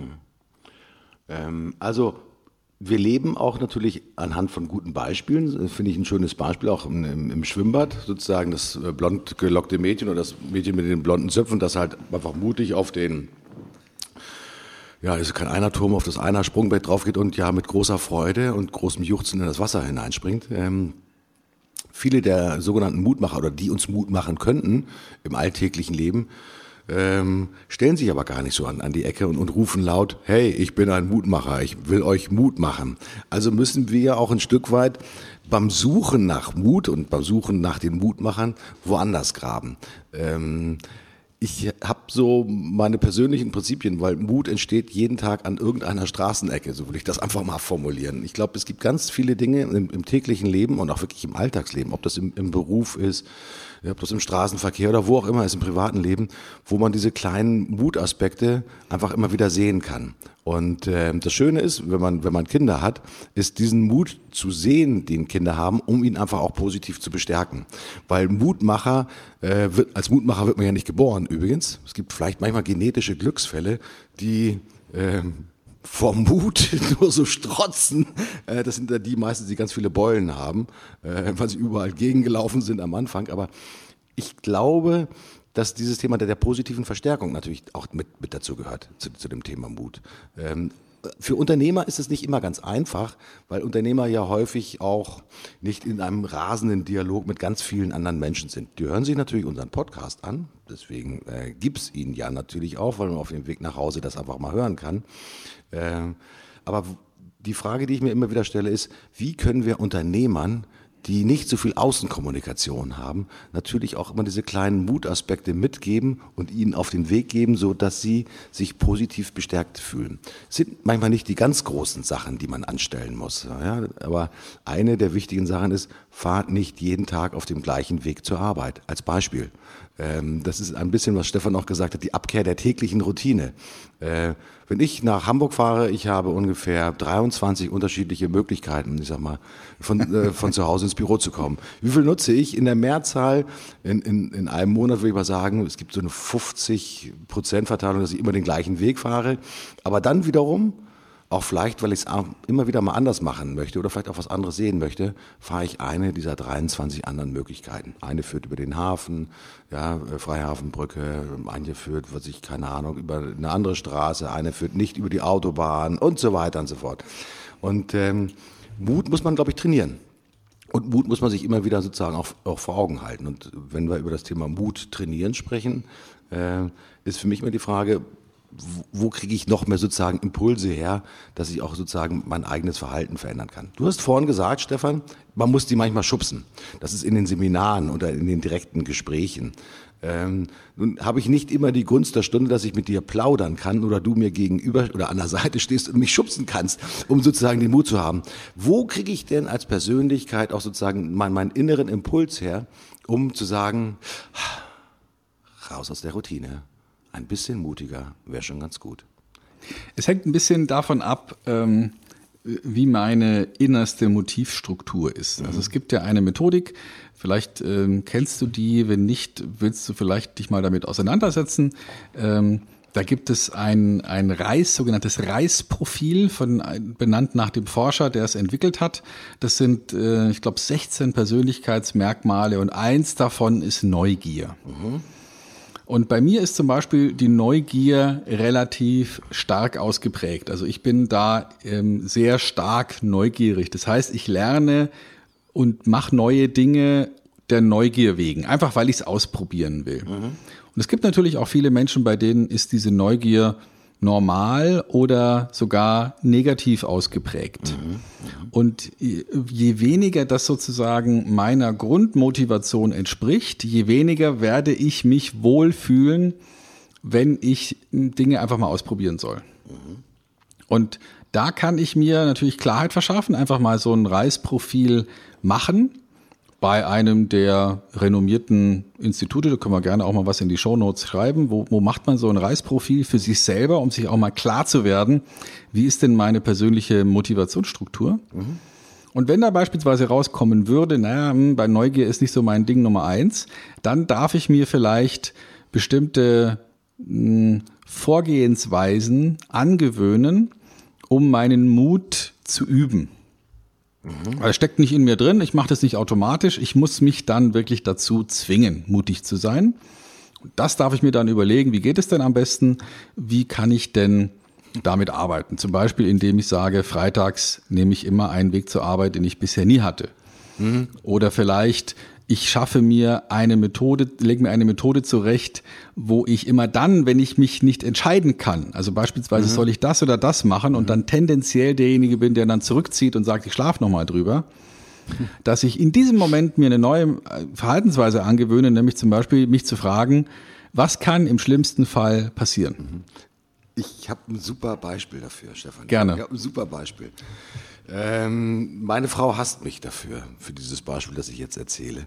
Also wir leben auch natürlich anhand von guten Beispielen. Das finde ich ein schönes Beispiel, auch im Schwimmbad, sozusagen das blond gelockte Mädchen oder das Mädchen mit den blonden Zöpfen, das halt einfach mutig auf den, ja, das ist kein Einerturm, auf das Einer-Sprungbett drauf geht und ja mit großer Freude und großem Juchzen in das Wasser hineinspringt. Viele der sogenannten Mutmacher oder die uns Mut machen könnten im alltäglichen Leben, stellen sich aber gar nicht so an die Ecke und rufen laut, hey, ich bin ein Mutmacher, ich will euch Mut machen. Also müssen wir auch ein Stück weit beim Suchen nach Mut und beim Suchen nach den Mutmachern woanders graben. Ich habe so meine persönlichen Prinzipien, weil Mut entsteht jeden Tag an irgendeiner Straßenecke, so will ich das einfach mal formulieren. Ich glaube, es gibt ganz viele Dinge im täglichen Leben und auch wirklich im Alltagsleben, ob das im Beruf ist, ob das im Straßenverkehr oder wo auch immer ist, im privaten Leben, wo man diese kleinen Mutaspekte einfach immer wieder sehen kann. Und das Schöne ist, wenn man Kinder hat, ist diesen Mut zu sehen, den Kinder haben, um ihn einfach auch positiv zu bestärken. Weil als Mutmacher wird man ja nicht geboren übrigens. Es gibt vielleicht manchmal genetische Glücksfälle, die vor Mut nur so strotzen. Das sind ja die meistens, die ganz viele Beulen haben, weil sie überall gegengelaufen sind am Anfang. Aber ich glaube, dass dieses Thema der positiven Verstärkung natürlich auch mit dazu gehört, zu dem Thema Mut. Für Unternehmer ist es nicht immer ganz einfach, weil Unternehmer ja häufig auch nicht in einem rasenden Dialog mit ganz vielen anderen Menschen sind. Die hören sich natürlich unseren Podcast an, deswegen gibt es ihn ja natürlich auch, weil man auf dem Weg nach Hause das einfach mal hören kann. Aber die Frage, die ich mir immer wieder stelle, ist, wie können wir Unternehmern, die nicht so viel Außenkommunikation haben, natürlich auch immer diese kleinen Mutaspekte mitgeben und ihnen auf den Weg geben, so dass sie sich positiv bestärkt fühlen. Es sind manchmal nicht die ganz großen Sachen, die man anstellen muss. Ja, aber eine der wichtigen Sachen ist, fahrt nicht jeden Tag auf dem gleichen Weg zur Arbeit. Als Beispiel. Das ist ein bisschen, was Stefan auch gesagt hat, die Abkehr der täglichen Routine. Wenn ich nach Hamburg fahre, ich habe ungefähr 23 unterschiedliche Möglichkeiten, ich sag mal, von zu Hause ins Büro zu kommen. Wie viel nutze ich? In der Mehrzahl, in einem Monat würde ich mal sagen, es gibt so eine 50% Verteilung, dass ich immer den gleichen Weg fahre. Aber dann wiederum, auch vielleicht, weil ich es immer wieder mal anders machen möchte oder vielleicht auch was anderes sehen möchte, fahre ich eine dieser 23 anderen Möglichkeiten. Eine führt über den Hafen, ja, Freihafenbrücke, eine führt, keine Ahnung, über eine andere Straße, eine führt nicht über die Autobahn und so weiter und so fort. Und Mut muss man, glaube ich, trainieren. Und Mut muss man sich immer wieder sozusagen auch vor Augen halten. Und wenn wir über das Thema Mut trainieren sprechen, ist für mich immer die Frage, wo kriege ich noch mehr sozusagen Impulse her, dass ich auch sozusagen mein eigenes Verhalten verändern kann. Du hast vorhin gesagt, Stefan, man muss die manchmal schubsen. Das ist in den Seminaren oder in den direkten Gesprächen. Nun habe ich nicht immer die Gunst der Stunde, dass ich mit dir plaudern kann oder du mir gegenüber oder an der Seite stehst und mich schubsen kannst, um sozusagen den Mut zu haben. Wo kriege ich denn als Persönlichkeit auch sozusagen meinen inneren Impuls her, um zu sagen, raus aus der Routine. Ein bisschen mutiger wäre schon ganz gut. Es hängt ein bisschen davon ab, wie meine innerste Motivstruktur ist. Also es gibt ja eine Methodik, vielleicht kennst du die, wenn nicht, willst du vielleicht dich mal damit auseinandersetzen. Da gibt es ein sogenanntes Reis-Profil, benannt nach dem Forscher, der es entwickelt hat. Das sind, ich glaube, 16 Persönlichkeitsmerkmale und eins davon ist Neugier. Mhm. Und bei mir ist zum Beispiel die Neugier relativ stark ausgeprägt. Also ich bin da sehr stark neugierig. Das heißt, ich lerne und mache neue Dinge der Neugier wegen, einfach weil ich es ausprobieren will. Mhm. Und es gibt natürlich auch viele Menschen, bei denen ist diese Neugier normal oder sogar negativ ausgeprägt. Mhm. Und je weniger das sozusagen meiner Grundmotivation entspricht, je weniger werde ich mich wohlfühlen, wenn ich Dinge einfach mal ausprobieren soll. Mhm. Und da kann ich mir natürlich Klarheit verschaffen, einfach mal so ein Reisprofil machen bei einem der renommierten Institute. Da können wir gerne auch mal was in die Shownotes schreiben. Wo macht man so ein Reisprofil für sich selber, um sich auch mal klar zu werden, wie ist denn meine persönliche Motivationsstruktur? Mhm. Und wenn da beispielsweise rauskommen würde, bei Neugier ist nicht so mein Ding Nummer 1, dann darf ich mir vielleicht bestimmte Vorgehensweisen angewöhnen, um meinen Mut zu üben. Weil es steckt nicht in mir drin, ich mache das nicht automatisch, ich muss mich dann wirklich dazu zwingen, mutig zu sein. Und das darf ich mir dann überlegen, wie geht es denn am besten, wie kann ich denn damit arbeiten? Zum Beispiel, indem ich sage, freitags nehme ich immer einen Weg zur Arbeit, den ich bisher nie hatte. Mhm. Oder vielleicht, ich schaffe mir eine Methode, lege mir eine Methode zurecht, wo ich immer dann, wenn ich mich nicht entscheiden kann, also beispielsweise soll ich das oder das machen und dann tendenziell derjenige bin, der dann zurückzieht und sagt, ich schlafe nochmal drüber, dass ich in diesem Moment mir eine neue Verhaltensweise angewöhne, nämlich zum Beispiel mich zu fragen, was kann im schlimmsten Fall passieren? Ich habe ein super Beispiel dafür, Stefan. Gerne. Ich habe ein super Beispiel. Meine Frau hasst mich dafür, für dieses Beispiel, das ich jetzt erzähle.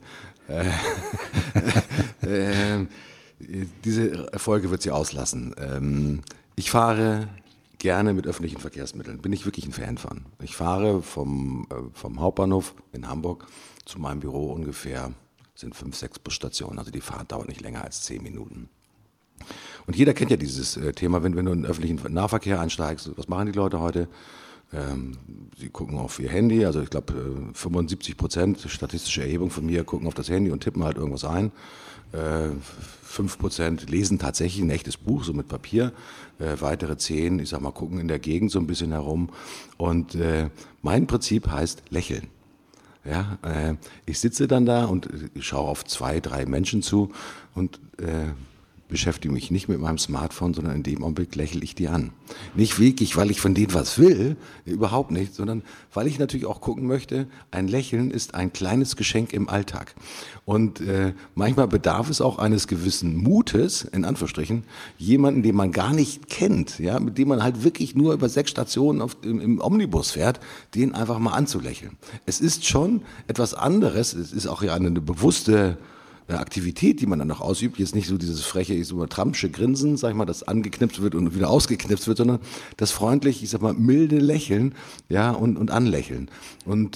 Diese Folge wird sie auslassen. Ich fahre gerne mit öffentlichen Verkehrsmitteln, bin ich wirklich ein Fan von. Ich fahre vom Hauptbahnhof in Hamburg zu meinem Büro ungefähr, sind 5, 6 Busstationen, also die Fahrt dauert nicht länger als 10 Minuten. Und jeder kennt ja dieses Thema, wenn du in den öffentlichen Nahverkehr einsteigst, was machen die Leute heute? Sie gucken auf ihr Handy, also ich glaube 75% statistische Erhebung von mir gucken auf das Handy und tippen halt irgendwas ein. 5% lesen tatsächlich ein echtes Buch, so mit Papier. Weitere 10, ich sag mal, gucken in der Gegend so ein bisschen herum. Und mein Prinzip heißt lächeln. Ja, ich sitze dann da und schaue auf 2, 3 Menschen zu und beschäftige mich nicht mit meinem Smartphone, sondern in dem Augenblick lächle ich die an. Nicht wirklich, weil ich von denen was will, überhaupt nicht, sondern weil ich natürlich auch gucken möchte, ein Lächeln ist ein kleines Geschenk im Alltag. Und manchmal bedarf es auch eines gewissen Mutes, in Anführungsstrichen, jemanden, den man gar nicht kennt, ja, mit dem man halt wirklich nur über 6 Stationen im Omnibus fährt, den einfach mal anzulächeln. Es ist schon etwas anderes, es ist auch ja eine bewusste Aktivität, die man dann noch ausübt, jetzt nicht so dieses freche, ich sag mal, Trumpsche Grinsen, sag ich mal, das angeknipst wird und wieder ausgeknipst wird, sondern das freundlich, ich sag mal, milde Lächeln, ja, und Anlächeln. Und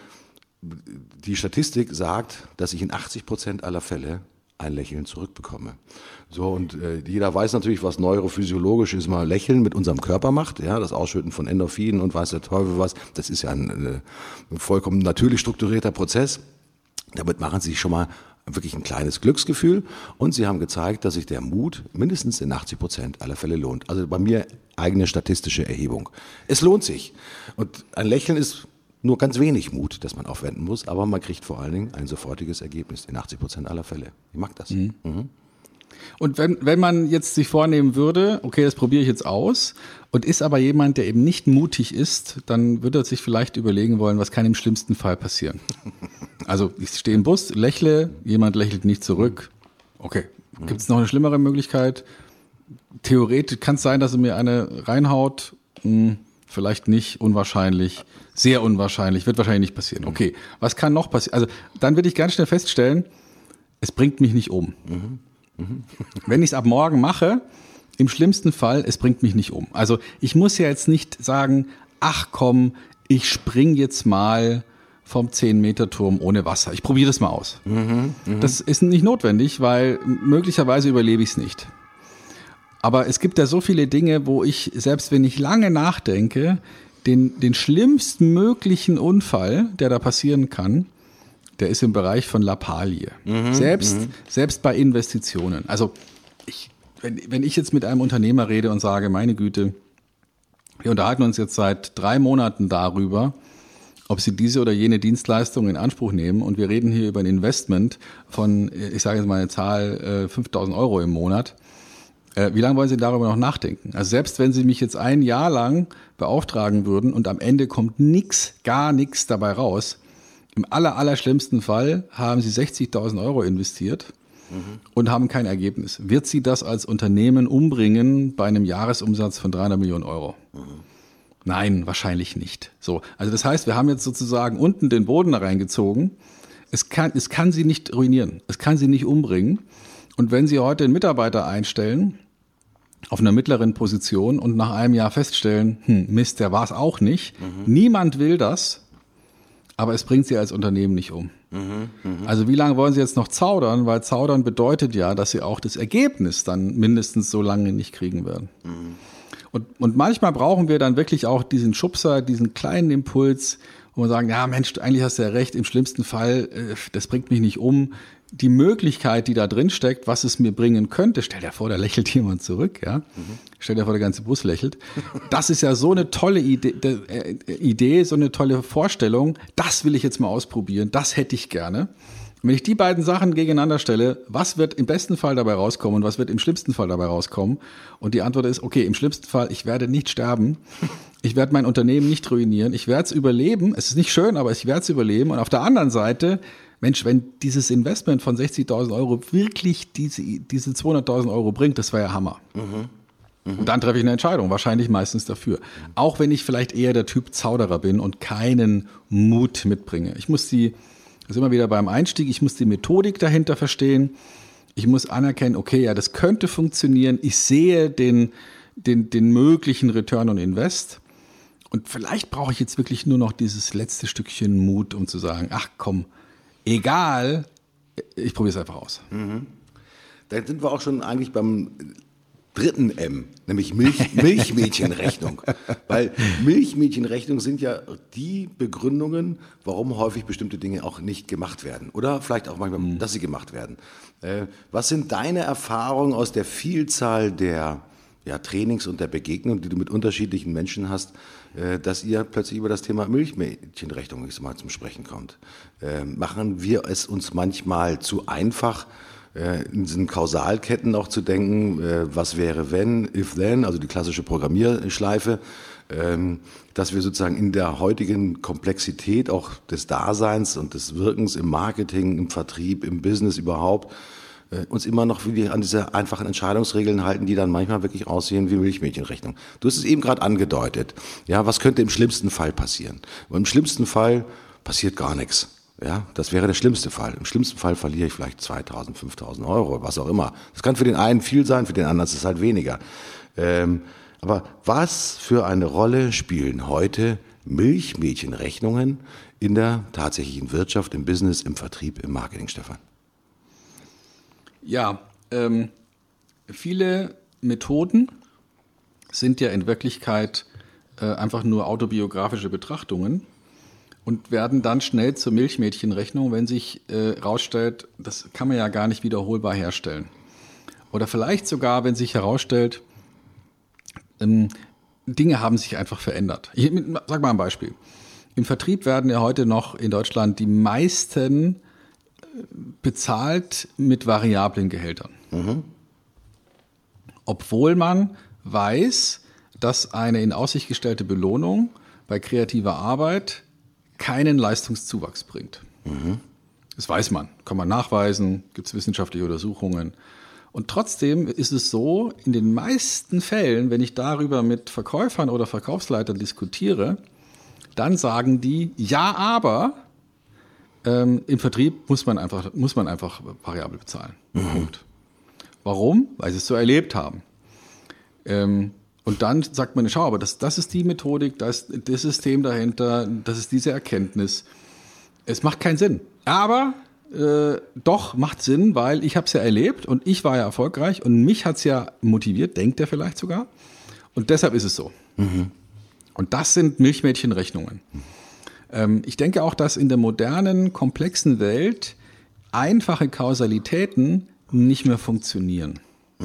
die Statistik sagt, dass ich in 80% aller Fälle ein Lächeln zurückbekomme. So, und jeder weiß natürlich, was neurophysiologisch ist, mal Lächeln mit unserem Körper macht, ja, das Ausschütten von Endorphinen und weiß der Teufel was, das ist ja ein vollkommen natürlich strukturierter Prozess. Damit machen sie sich schon mal wirklich ein kleines Glücksgefühl und sie haben gezeigt, dass sich der Mut mindestens in 80% aller Fälle lohnt. Also bei mir eigene statistische Erhebung. Es lohnt sich. Und ein Lächeln ist nur ganz wenig Mut, das man aufwenden muss, aber man kriegt vor allen Dingen ein sofortiges Ergebnis in 80% aller Fälle. Ich mag das. Mhm. Und wenn man jetzt sich vornehmen würde, okay, das probiere ich jetzt aus, und ist aber jemand, der eben nicht mutig ist, dann würde er sich vielleicht überlegen wollen, was kann im schlimmsten Fall passieren. Also ich stehe im Bus, lächle, jemand lächelt nicht zurück. Okay, gibt es noch eine schlimmere Möglichkeit? Theoretisch kann es sein, dass er mir eine reinhaut. Vielleicht nicht, unwahrscheinlich, sehr unwahrscheinlich, wird wahrscheinlich nicht passieren. Okay, was kann noch passieren? Also dann würde ich ganz schnell feststellen, es bringt mich nicht um. Wenn ich es ab morgen mache, im schlimmsten Fall, es bringt mich nicht um. Also ich muss ja jetzt nicht sagen, ach komm, ich spring jetzt mal vom 10-Meter-Turm ohne Wasser. Ich probiere das mal aus. Das ist nicht notwendig, weil möglicherweise überlebe ich es nicht. Aber es gibt ja so viele Dinge, wo ich, selbst wenn ich lange nachdenke, den schlimmsten möglichen Unfall, der da passieren kann, der ist im Bereich von Lappalie. Selbst bei Investitionen. Also wenn ich jetzt mit einem Unternehmer rede und sage, meine Güte, wir unterhalten uns jetzt seit 3 Monaten darüber, ob Sie diese oder jene Dienstleistung in Anspruch nehmen, und wir reden hier über ein Investment von, ich sage jetzt mal eine Zahl, 5.000 Euro im Monat. Wie lange wollen Sie darüber noch nachdenken? Also selbst wenn Sie mich jetzt ein Jahr lang beauftragen würden und am Ende kommt gar nichts dabei raus, im allerschlimmsten Fall haben Sie 60.000 Euro investiert und haben kein Ergebnis. Wird Sie das als Unternehmen umbringen bei einem Jahresumsatz von 300 Millionen Euro? Nein, wahrscheinlich nicht. So, also das heißt, wir haben jetzt sozusagen unten den Boden da reingezogen. Es kann Sie nicht ruinieren. Es kann Sie nicht umbringen. Und wenn Sie heute einen Mitarbeiter einstellen, auf einer mittleren Position, und nach einem Jahr feststellen, Mist, der war es auch nicht. Niemand will das. Aber es bringt Sie als Unternehmen nicht um. Also wie lange wollen Sie jetzt noch zaudern? Weil zaudern bedeutet ja, dass Sie auch das Ergebnis dann mindestens so lange nicht kriegen werden. Und manchmal brauchen wir dann wirklich auch diesen Schubser, diesen kleinen Impuls, wo wir sagen, ja Mensch, eigentlich hast du ja recht, im schlimmsten Fall, das bringt mich nicht um. Die Möglichkeit, die da drin steckt, was es mir bringen könnte, stell dir vor, da lächelt jemand zurück, ja. Stell dir vor, der ganze Bus lächelt. Das ist ja so eine tolle Idee, so eine tolle Vorstellung. Das will ich jetzt mal ausprobieren. Das hätte ich gerne. Und wenn ich die beiden Sachen gegeneinander stelle, was wird im besten Fall dabei rauskommen und was wird im schlimmsten Fall dabei rauskommen? Und die Antwort ist, okay, im schlimmsten Fall, ich werde nicht sterben. Ich werde mein Unternehmen nicht ruinieren. Ich werde es überleben. Es ist nicht schön, aber ich werde es überleben. Und auf der anderen Seite, Mensch, wenn dieses Investment von 60.000 Euro wirklich diese 200.000 Euro bringt, das war ja Hammer. Und dann treffe ich eine Entscheidung, wahrscheinlich meistens dafür. Auch wenn ich vielleicht eher der Typ Zauderer bin und keinen Mut mitbringe. Das ist immer wieder beim Einstieg, ich muss die Methodik dahinter verstehen. Ich muss anerkennen, okay, ja, das könnte funktionieren. Ich sehe den möglichen Return on Invest. Und vielleicht brauche ich jetzt wirklich nur noch dieses letzte Stückchen Mut, um zu sagen, ach komm, egal, ich probiere es einfach aus. Da sind wir auch schon eigentlich beim dritten M, nämlich Milchmädchenrechnung. Weil Milchmädchenrechnung sind ja die Begründungen, warum häufig bestimmte Dinge auch nicht gemacht werden. Oder vielleicht auch manchmal, dass sie gemacht werden. Was sind deine Erfahrungen aus der Vielzahl der Trainings und der Begegnungen, die du mit unterschiedlichen Menschen hast, dass ihr plötzlich über das Thema Milchmädchenrechnung mal zum Sprechen kommt? Machen wir es uns manchmal zu einfach, in diesen Kausalketten auch zu denken, was wäre wenn, if then, also die klassische Programmierschleife, dass wir sozusagen in der heutigen Komplexität auch des Daseins und des Wirkens im Marketing, im Vertrieb, im Business überhaupt, uns immer noch wie an diese einfachen Entscheidungsregeln halten, die dann manchmal wirklich aussehen wie Milchmädchenrechnung. Du hast es eben gerade angedeutet. Ja, was könnte im schlimmsten Fall passieren? Und im schlimmsten Fall passiert gar nichts. Ja, das wäre der schlimmste Fall. Im schlimmsten Fall verliere ich vielleicht 2.000, 5.000 Euro, was auch immer. Das kann für den einen viel sein, für den anderen ist es halt weniger. Aber was für eine Rolle spielen heute Milchmädchenrechnungen in der tatsächlichen Wirtschaft, im Business, im Vertrieb, im Marketing, Stefan? Ja, viele Methoden sind ja in Wirklichkeit einfach nur autobiografische Betrachtungen und werden dann schnell zur Milchmädchenrechnung, wenn sich herausstellt, das kann man ja gar nicht wiederholbar herstellen. Oder vielleicht sogar, wenn sich herausstellt, Dinge haben sich einfach verändert. Ich sag mal ein Beispiel. Im Vertrieb werden ja heute noch in Deutschland die meisten bezahlt mit variablen Gehältern. Obwohl man weiß, dass eine in Aussicht gestellte Belohnung bei kreativer Arbeit keinen Leistungszuwachs bringt. Das weiß man, kann man nachweisen, gibt es wissenschaftliche Untersuchungen. Und trotzdem ist es so, in den meisten Fällen, wenn ich darüber mit Verkäufern oder Verkaufsleitern diskutiere, dann sagen die, ja, aber im Vertrieb muss man einfach variabel bezahlen. Punkt. Warum? Weil sie es so erlebt haben. Und dann sagt man, schau, aber das ist die Methodik, das ist das System dahinter, das ist diese Erkenntnis. Es macht keinen Sinn. Aber doch macht Sinn, weil ich habe es ja erlebt und ich war ja erfolgreich und mich hat es ja motiviert, denkt er vielleicht sogar. Und deshalb ist es so. Und das sind Milchmädchenrechnungen. Ich denke auch, dass in der modernen, komplexen Welt einfache Kausalitäten nicht mehr funktionieren.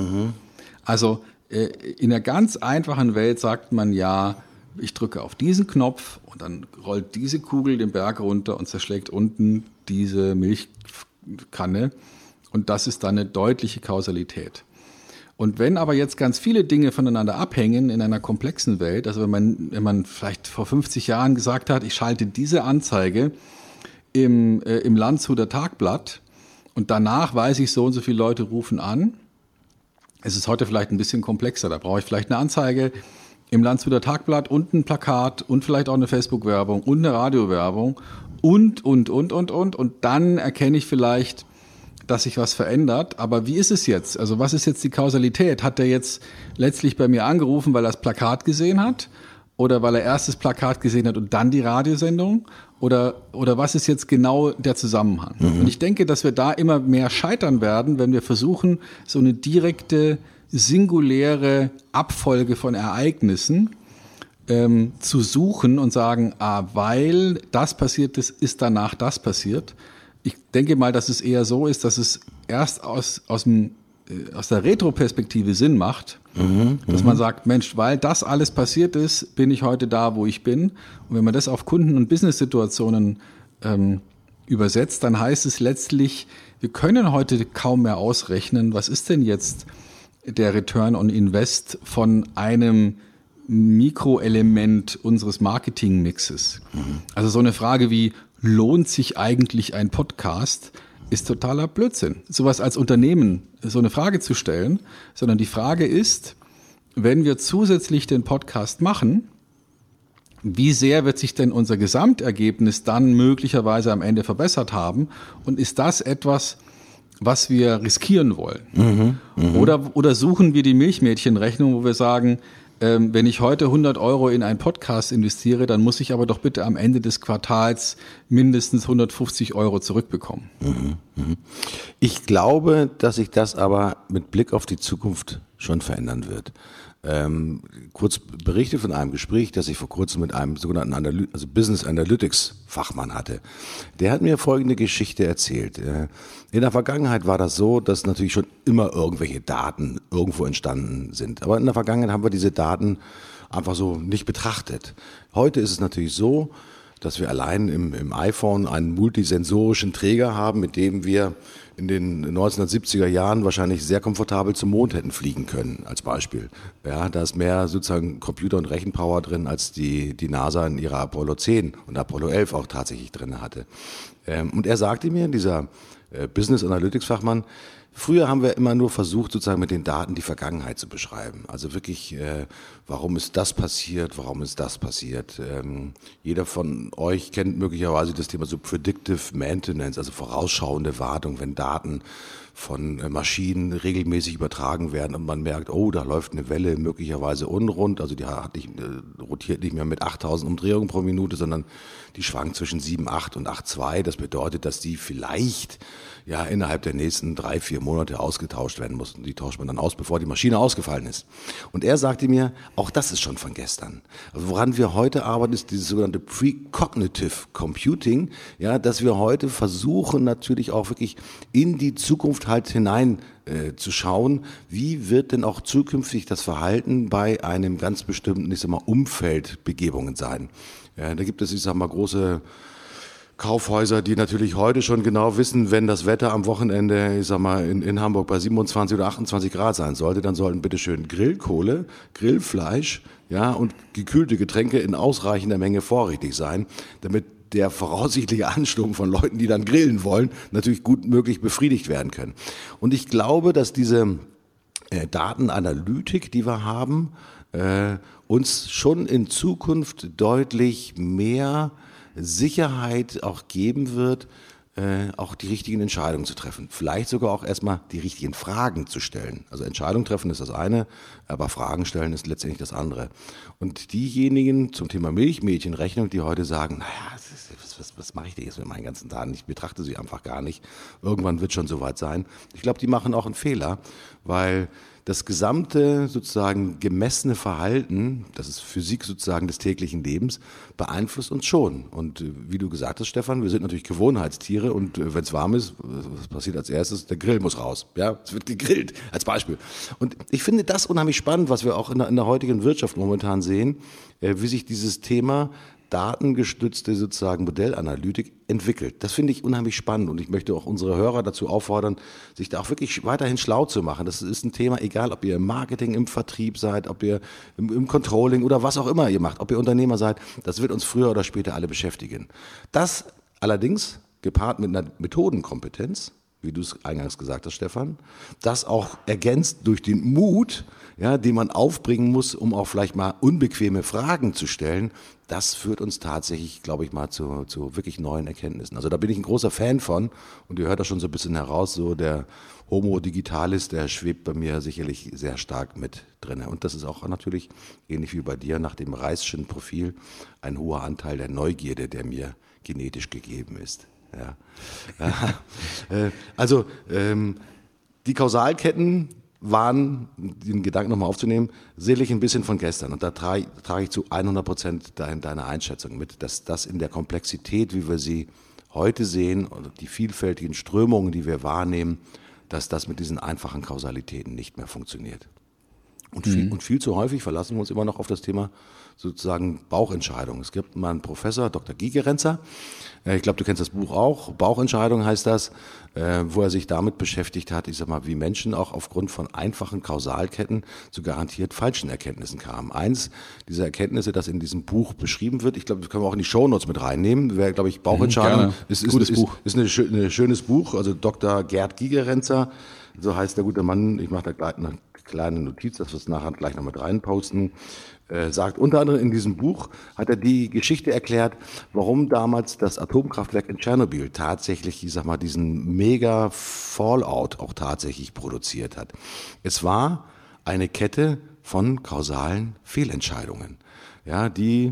Also in einer ganz einfachen Welt sagt man ja, ich drücke auf diesen Knopf und dann rollt diese Kugel den Berg runter und zerschlägt unten diese Milchkanne und das ist dann eine deutliche Kausalität. Und wenn aber jetzt ganz viele Dinge voneinander abhängen in einer komplexen Welt, also wenn man vielleicht vor 50 Jahren gesagt hat, ich schalte diese Anzeige im Landshuter Tagblatt und danach weiß ich, so und so viele Leute rufen an, es ist heute vielleicht ein bisschen komplexer, da brauche ich vielleicht eine Anzeige im Landshuter Tagblatt und ein Plakat und vielleicht auch eine Facebook-Werbung und eine Radiowerbung und dann erkenne ich vielleicht, dass sich was verändert. Aber wie ist es jetzt? Also was ist jetzt die Kausalität? Hat der jetzt letztlich bei mir angerufen, weil er das Plakat gesehen hat? Oder weil er erst das Plakat gesehen hat und dann die Radiosendung? Oder was ist jetzt genau der Zusammenhang? Und ich denke, dass wir da immer mehr scheitern werden, wenn wir versuchen, so eine direkte, singuläre Abfolge von Ereignissen zu suchen und sagen, weil das passiert ist, ist danach das passiert. Ich denke mal, dass es eher so ist, dass es erst aus der Retroperspektive Sinn macht, dass man sagt, Mensch, weil das alles passiert ist, bin ich heute da, wo ich bin. Und wenn man das auf Kunden- und Business-Situationen übersetzt, dann heißt es letztlich, wir können heute kaum mehr ausrechnen, was ist denn jetzt der Return on Invest von einem Mikroelement unseres Marketingmixes. Also so eine Frage wie, lohnt sich eigentlich ein Podcast, ist totaler Blödsinn. Sowas als Unternehmen, so eine Frage zu stellen, sondern die Frage ist, wenn wir zusätzlich den Podcast machen, wie sehr wird sich denn unser Gesamtergebnis dann möglicherweise am Ende verbessert haben? Und ist das etwas, was wir riskieren wollen? Oder suchen wir die Milchmädchenrechnung, wo wir sagen, wenn ich heute 100 Euro in einen Podcast investiere, dann muss ich aber doch bitte am Ende des Quartals mindestens 150 Euro zurückbekommen. Ich glaube, dass sich das aber mit Blick auf die Zukunft schon verändern wird. Kurz berichte von einem Gespräch, das ich vor kurzem mit einem sogenannten Business Analytics Fachmann hatte. Der hat mir folgende Geschichte erzählt. In der Vergangenheit war das so, dass natürlich schon immer irgendwelche Daten irgendwo entstanden sind. Aber in der Vergangenheit haben wir diese Daten einfach so nicht betrachtet. Heute ist es natürlich so, dass wir allein im iPhone einen multisensorischen Träger haben, mit dem wir in den 1970er Jahren wahrscheinlich sehr komfortabel zum Mond hätten fliegen können, als Beispiel. Ja, da ist mehr sozusagen Computer- und Rechenpower drin, als die NASA in ihrer Apollo 10 und Apollo 11 auch tatsächlich drin hatte. Und er sagte mir, dieser Business Analytics Fachmann, früher haben wir immer nur versucht, sozusagen mit den Daten die Vergangenheit zu beschreiben. Also wirklich, warum ist das passiert, warum ist das passiert. Jeder von euch kennt möglicherweise das Thema so Predictive Maintenance, also vorausschauende Wartung, wenn Daten von Maschinen regelmäßig übertragen werden und man merkt, oh, da läuft eine Welle möglicherweise unrund, also die rotiert nicht mehr mit 8000 Umdrehungen pro Minute, sondern die schwankt zwischen 7,8 und 8,2. Das bedeutet, dass die vielleicht ja innerhalb der nächsten 3-4 Monate ausgetauscht werden muss. Und die tauscht man dann aus, bevor die Maschine ausgefallen ist. Und er sagte mir, auch das ist schon von gestern. Also woran wir heute arbeiten, ist dieses sogenannte Precognitive Computing, ja, dass wir heute versuchen, natürlich auch wirklich in die Zukunft halt hinein zu schauen, wie wird denn auch zukünftig das Verhalten bei einem ganz bestimmten, ich sag mal, Umfeldbegebungen sein. Ja, da gibt es, ich sag mal, große Kaufhäuser, die natürlich heute schon genau wissen, wenn das Wetter am Wochenende, ich sag mal, in Hamburg bei 27 oder 28 Grad sein sollte, dann sollten bitteschön Grillkohle, Grillfleisch, ja, und gekühlte Getränke in ausreichender Menge vorrätig sein, damit der voraussichtliche Ansturm von Leuten, die dann grillen wollen, natürlich gut möglich befriedigt werden können. Und ich glaube, dass diese Datenanalytik, die wir haben, uns schon in Zukunft deutlich mehr Sicherheit auch geben wird, auch die richtigen Entscheidungen zu treffen. Vielleicht sogar auch erstmal die richtigen Fragen zu stellen. Also Entscheidungen treffen ist das eine, aber Fragen stellen ist letztendlich das andere. Und diejenigen zum Thema Milchmädchenrechnung, die heute sagen, naja, was mache ich denn jetzt mit meinen ganzen Daten? Ich betrachte sie einfach gar nicht. Irgendwann wird schon soweit sein. Ich glaube, die machen auch einen Fehler, weil das gesamte sozusagen gemessene Verhalten, das ist Physik sozusagen des täglichen Lebens, beeinflusst uns schon. Und wie du gesagt hast, Stefan, wir sind natürlich Gewohnheitstiere und wenn es warm ist, was passiert als erstes? Der Grill muss raus. Ja, es wird gegrillt, als Beispiel. Und ich finde das unheimlich spannend, was wir auch in der heutigen Wirtschaft momentan sehen, wie sich dieses Thema datengestützte sozusagen Modellanalytik entwickelt. Das finde ich unheimlich spannend und ich möchte auch unsere Hörer dazu auffordern, sich da auch wirklich weiterhin schlau zu machen. Das ist ein Thema, egal ob ihr im Marketing, im Vertrieb seid, ob ihr im Controlling oder was auch immer ihr macht, ob ihr Unternehmer seid, das wird uns früher oder später alle beschäftigen. Das allerdings gepaart mit einer Methodenkompetenz, wie du es eingangs gesagt hast, Stefan, das auch ergänzt durch den Mut, ja, den man aufbringen muss, um auch vielleicht mal unbequeme Fragen zu stellen, das führt uns tatsächlich, glaube ich mal, zu wirklich neuen Erkenntnissen. Also da bin ich ein großer Fan von und ihr hört das schon so ein bisschen heraus, so der Homo Digitalis, der schwebt bei mir sicherlich sehr stark mit drin. Und das ist auch natürlich, ähnlich wie bei dir, nach dem Reißschen Profil ein hoher Anteil der Neugierde, der mir genetisch gegeben ist. Ja. Also die Kausalketten waren, den Gedanken nochmal aufzunehmen, sicherlich ein bisschen von gestern. Und da trage ich zu 100% deine Einschätzung mit, dass das in der Komplexität, wie wir sie heute sehen, und die vielfältigen Strömungen, die wir wahrnehmen, dass das mit diesen einfachen Kausalitäten nicht mehr funktioniert. Und viel zu häufig verlassen wir uns immer noch auf das Thema sozusagen Bauchentscheidungen. Es gibt mal einen Professor, Dr. Gigerenzer, ich glaube, du kennst das Buch auch, Bauchentscheidung heißt das, wo er sich damit beschäftigt hat, ich sag mal, wie Menschen auch aufgrund von einfachen Kausalketten zu garantiert falschen Erkenntnissen kamen. Eins dieser Erkenntnisse, das in diesem Buch beschrieben wird, ich glaube, das können wir auch in die Shownotes mit reinnehmen, wäre, glaube ich, Bauchentscheidung, ist ein schönes Buch, also Dr. Gerd Gigerenzer, so heißt der gute Mann, ich mache da gleich eine kleine Notiz, dass wir es nachher gleich noch mit reinposten, sagt unter anderem in diesem Buch, hat er die Geschichte erklärt, warum damals das Atomkraftwerk in Tschernobyl tatsächlich, ich sag mal, diesen mega Fallout auch tatsächlich produziert hat. Es war eine Kette von kausalen Fehlentscheidungen, ja, die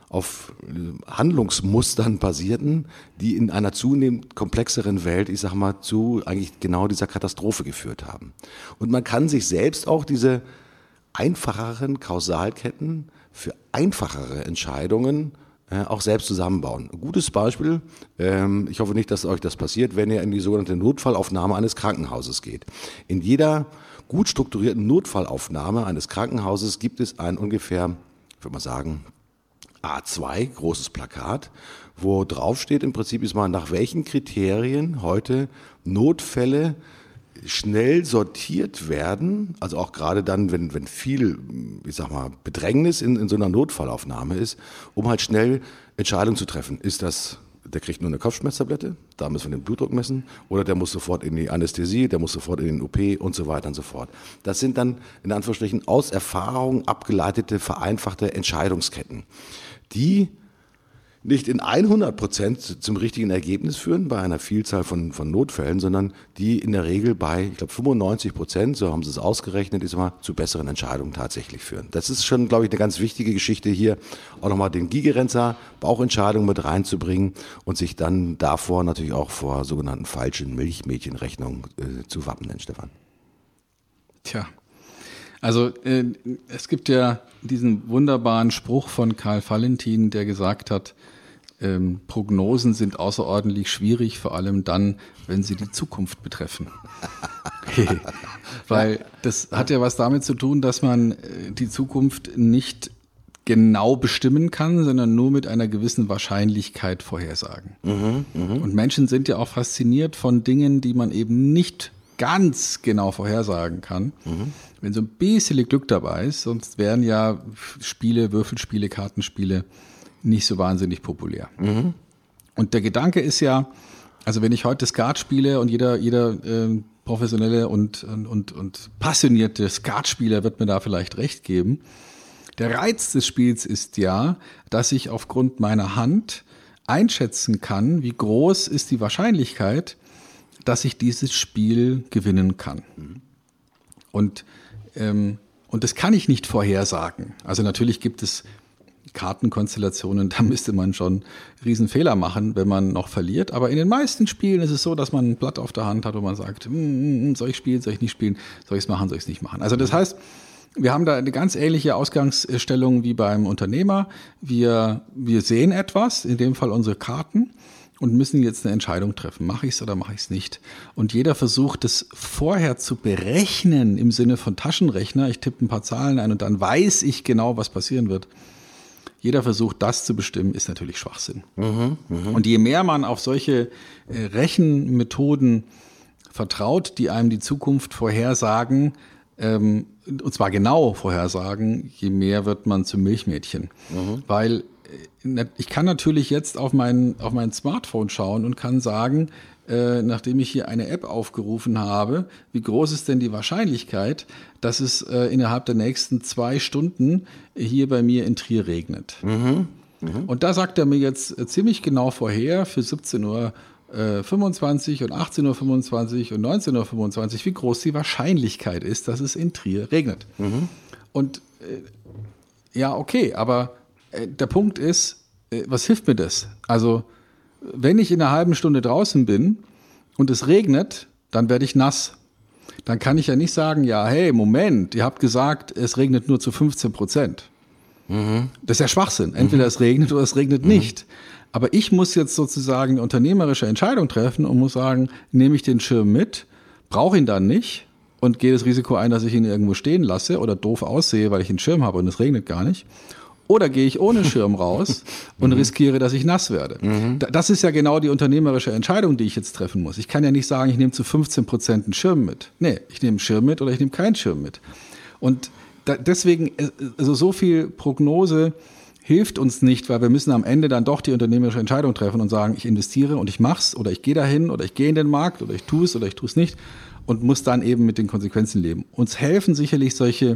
auf Handlungsmustern basierten, die in einer zunehmend komplexeren Welt, ich sag mal, zu eigentlich genau dieser Katastrophe geführt haben. Und man kann sich selbst auch diese einfacheren Kausalketten für einfachere Entscheidungen auch selbst zusammenbauen. Ein gutes Beispiel, ich hoffe nicht, dass euch das passiert, wenn ihr in die sogenannte Notfallaufnahme eines Krankenhauses geht. In jeder gut strukturierten Notfallaufnahme eines Krankenhauses gibt es ein ungefähr, ich würde mal sagen, A2, großes Plakat, wo drauf steht im Prinzip ist mal, nach welchen Kriterien heute Notfälle schnell sortiert werden, also auch gerade dann, wenn viel, ich sag mal, Bedrängnis in so einer Notfallaufnahme ist, um halt schnell Entscheidungen zu treffen. Ist das, der kriegt nur eine Kopfschmerztablette, da müssen wir den Blutdruck messen, oder der muss sofort in die Anästhesie, der muss sofort in den OP und so weiter und so fort. Das sind dann in Anführungsstrichen aus Erfahrung abgeleitete, vereinfachte Entscheidungsketten, die nicht in 100% zum richtigen Ergebnis führen bei einer Vielzahl von Notfällen, sondern die in der Regel bei, ich glaube 95%, so haben sie es ausgerechnet, ist immer zu besseren Entscheidungen tatsächlich führen. Das ist schon, glaube ich, eine ganz wichtige Geschichte hier, auch nochmal den Gigerenzer Bauchentscheidungen mit reinzubringen und sich dann davor natürlich auch vor sogenannten falschen Milchmädchenrechnungen zu wappnen, Stefan. Tja. Also es gibt ja diesen wunderbaren Spruch von Karl Valentin, der gesagt hat, Prognosen sind außerordentlich schwierig, vor allem dann, wenn sie die Zukunft betreffen. Weil das hat ja was damit zu tun, dass man die Zukunft nicht genau bestimmen kann, sondern nur mit einer gewissen Wahrscheinlichkeit vorhersagen. Und Menschen sind ja auch fasziniert von Dingen, die man eben nicht ganz genau vorhersagen kann. Wenn so ein bisschen Glück dabei ist, sonst wären ja Spiele, Würfelspiele, Kartenspiele nicht so wahnsinnig populär. Und der Gedanke ist ja, also wenn ich heute Skat spiele und jeder professionelle und passionierte Skatspieler wird mir da vielleicht recht geben, der Reiz des Spiels ist ja, dass ich aufgrund meiner Hand einschätzen kann, wie groß ist die Wahrscheinlichkeit, dass ich dieses Spiel gewinnen kann. Und das kann ich nicht vorhersagen. Also natürlich gibt es Kartenkonstellationen, da müsste man schon Riesenfehler machen, wenn man noch verliert. Aber in den meisten Spielen ist es so, dass man ein Blatt auf der Hand hat, wo man sagt, soll ich spielen, soll ich nicht spielen, soll ich es machen, soll ich es nicht machen. Also das heißt, wir haben da eine ganz ähnliche Ausgangsstellung wie beim Unternehmer. Wir sehen etwas, in dem Fall unsere Karten, und müssen jetzt eine Entscheidung treffen. Mache ich es oder mache ich es nicht? Und jeder versucht, das vorher zu berechnen im Sinne von Taschenrechner. Ich tippe ein paar Zahlen ein und dann weiß ich genau, was passieren wird. Jeder versucht, das zu bestimmen, ist natürlich Schwachsinn. Und je mehr man auf solche Rechenmethoden vertraut, die einem die Zukunft vorhersagen, und zwar genau vorhersagen, je mehr wird man zum Milchmädchen. Weil ich kann natürlich jetzt auf mein Smartphone schauen und kann sagen, nachdem ich hier eine App aufgerufen habe, wie groß ist denn die Wahrscheinlichkeit, dass es innerhalb der nächsten 2 Stunden hier bei mir in Trier regnet. Und da sagt er mir jetzt ziemlich genau vorher für 17:25 Uhr und 18:25 Uhr und 19:25 Uhr, wie groß die Wahrscheinlichkeit ist, dass es in Trier regnet. Und ja, okay, aber der Punkt ist, was hilft mir das? Also, wenn ich in einer halben Stunde draußen bin und es regnet, dann werde ich nass. Dann kann ich ja nicht sagen, ja, hey, Moment, ihr habt gesagt, es regnet nur zu 15%. Das ist ja Schwachsinn. Entweder es regnet oder es regnet nicht. Aber ich muss jetzt sozusagen eine unternehmerische Entscheidung treffen und muss sagen, nehme ich den Schirm mit, brauche ihn dann nicht und gehe das Risiko ein, dass ich ihn irgendwo stehen lasse oder doof aussehe, weil ich einen Schirm habe und es regnet gar nicht. Oder gehe ich ohne Schirm raus und riskiere, dass ich nass werde. Das ist ja genau die unternehmerische Entscheidung, die ich jetzt treffen muss. Ich kann ja nicht sagen, ich nehme zu 15% einen Schirm mit. Nee, ich nehme einen Schirm mit oder ich nehme keinen Schirm mit. Und deswegen, also so viel Prognose hilft uns nicht, weil wir müssen am Ende dann doch die unternehmerische Entscheidung treffen und sagen, ich investiere und ich mach's oder ich gehe dahin oder ich gehe in den Markt oder ich tue es oder ich tue es nicht und muss dann eben mit den Konsequenzen leben. Uns helfen sicherlich solche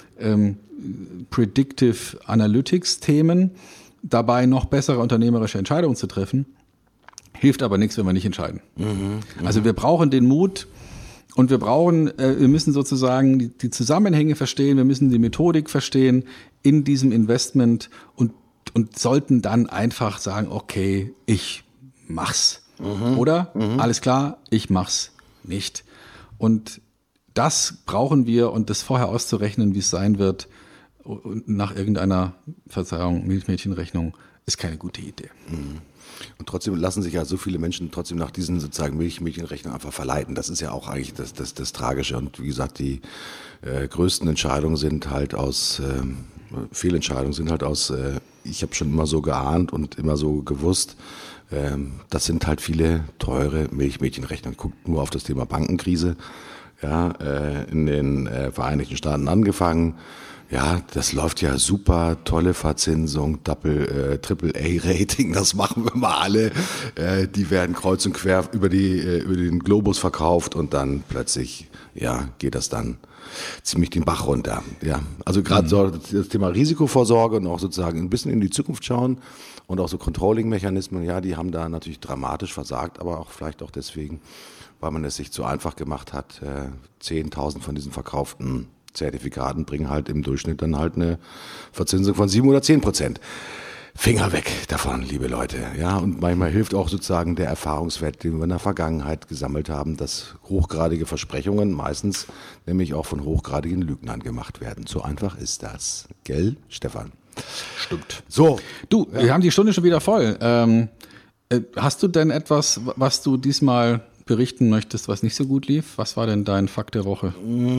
Predictive Analytics Themen, dabei noch bessere unternehmerische Entscheidungen zu treffen, hilft aber nichts, wenn wir nicht entscheiden. Also wir brauchen den Mut und wir müssen sozusagen die Zusammenhänge verstehen, wir müssen die Methodik verstehen in diesem Investment und und sollten dann einfach sagen, okay, ich mach's. Oder? Alles klar, ich mach's nicht. Und das brauchen wir, und das vorher auszurechnen, wie es sein wird, nach irgendeiner, Verzeihung, Milchmädchenrechnung, ist keine gute Idee. Und trotzdem lassen sich ja so viele Menschen trotzdem nach diesen sozusagen Milchmädchenrechnungen einfach verleiten. Das ist ja auch eigentlich das Tragische. Und wie gesagt, die größten Entscheidungen sind halt Fehlentscheidungen sind halt aus, ich habe schon immer so geahnt und immer so gewusst, das sind halt viele teure Milchmädchenrechnungen. Guckt nur auf das Thema Bankenkrise, ja, in den Vereinigten Staaten angefangen. Ja, das läuft ja super, tolle Verzinsung, Triple-A-Rating, das machen wir mal alle. Die werden kreuz und quer über den Globus verkauft und dann plötzlich, ja, geht das dann ziemlich den Bach runter. Ja, also gerade so das Thema Risikovorsorge und auch sozusagen ein bisschen in die Zukunft schauen und auch so Controlling-Mechanismen, ja, die haben da natürlich dramatisch versagt, aber auch vielleicht auch deswegen, weil man es sich zu einfach gemacht hat. 10.000 von diesen verkauften Zertifikaten bringen halt im Durchschnitt dann halt eine Verzinsung von 7 oder 10%. Finger weg davon, liebe Leute. Ja, und manchmal hilft auch sozusagen der Erfahrungswert, den wir in der Vergangenheit gesammelt haben, dass hochgradige Versprechungen meistens nämlich auch von hochgradigen Lügnern gemacht werden. So einfach ist das. Gell, Stefan? Stimmt. So. Du, wir haben die Stunde schon wieder voll. Hast du denn etwas, was du diesmal berichten möchtest, was nicht so gut lief? Was war denn dein Fakt der Woche?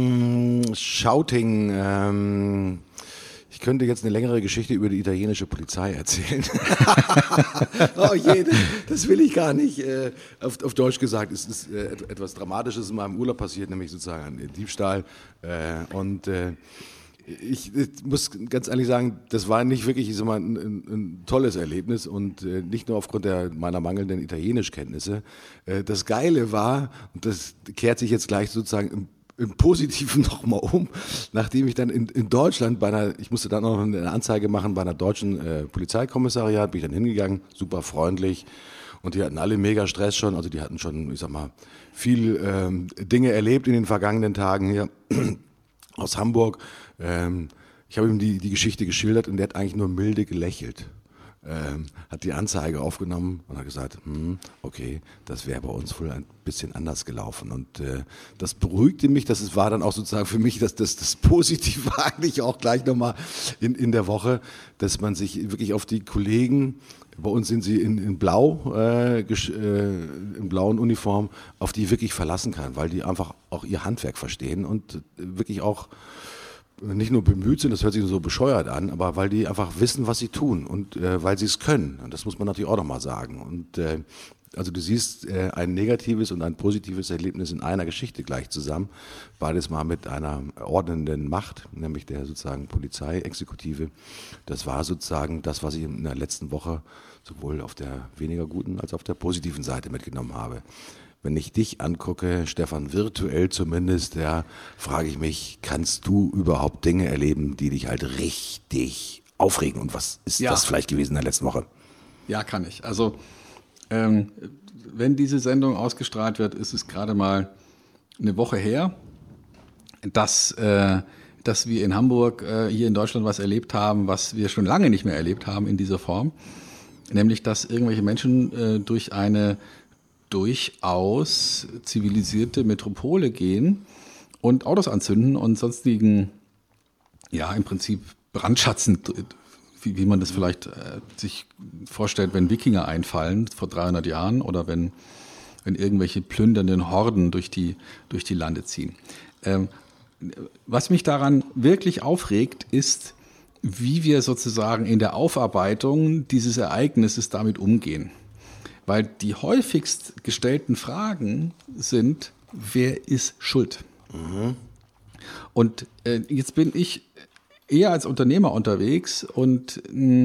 Shouting. Ich könnte jetzt eine längere Geschichte über die italienische Polizei erzählen. Oh je, das will ich gar nicht. Auf Deutsch gesagt, es ist etwas Dramatisches in meinem Urlaub passiert, nämlich sozusagen ein Diebstahl. Ich muss ganz ehrlich sagen, das war nicht wirklich ein tolles Erlebnis und nicht nur aufgrund meiner mangelnden Italienischkenntnisse. Das Geile war, und das kehrt sich jetzt gleich sozusagen im Positiven nochmal um, nachdem ich dann in Deutschland ich musste dann noch eine Anzeige machen bei einer deutschen Polizeikommissariat, bin ich dann hingegangen, super freundlich. Und die hatten alle mega Stress schon, also die hatten schon, ich sag mal, viel Dinge erlebt in den vergangenen Tagen hier aus Hamburg. Ich habe ihm die Geschichte geschildert und der hat eigentlich nur milde gelächelt. Hat die Anzeige aufgenommen und hat gesagt, okay, das wäre bei uns wohl ein bisschen anders gelaufen. Und das beruhigte mich, war dann auch sozusagen für mich das Positive eigentlich auch gleich nochmal in der Woche, dass man sich wirklich auf die Kollegen, bei uns sind sie in Blau, in blauen Uniform, auf die wirklich verlassen kann, weil die einfach auch ihr Handwerk verstehen und wirklich auch nicht nur bemüht sind, das hört sich so bescheuert an, aber weil die einfach wissen, was sie tun und weil sie es können. Und das muss man natürlich auch nochmal sagen. Und also du siehst ein negatives und ein positives Erlebnis in einer Geschichte gleich zusammen. Beides mal mit einer ordnenden Macht, nämlich der sozusagen Polizeiexekutive. Das war sozusagen das, was ich in der letzten Woche sowohl auf der weniger guten als auf der positiven Seite mitgenommen habe. Wenn ich dich angucke, Stefan, virtuell zumindest, ja, frage ich mich, kannst du überhaupt Dinge erleben, die dich halt richtig aufregen? Und was ist das vielleicht gewesen in der letzten Woche? Ja, kann ich. Also, wenn diese Sendung ausgestrahlt wird, ist es gerade mal eine Woche her, dass wir in Hamburg hier in Deutschland was erlebt haben, was wir schon lange nicht mehr erlebt haben in dieser Form. Nämlich, dass irgendwelche Menschen durch eine durchaus zivilisierte Metropole gehen und Autos anzünden und sonstigen, ja, im Prinzip Brandschatzen, wie man das vielleicht sich vorstellt, wenn Wikinger einfallen vor 300 Jahren oder wenn irgendwelche plündernden Horden durch die Lande ziehen. Was mich daran wirklich aufregt, ist, wie wir sozusagen in der Aufarbeitung dieses Ereignisses damit umgehen. Weil die häufigst gestellten Fragen sind, wer ist schuld? Und jetzt bin ich eher als Unternehmer unterwegs und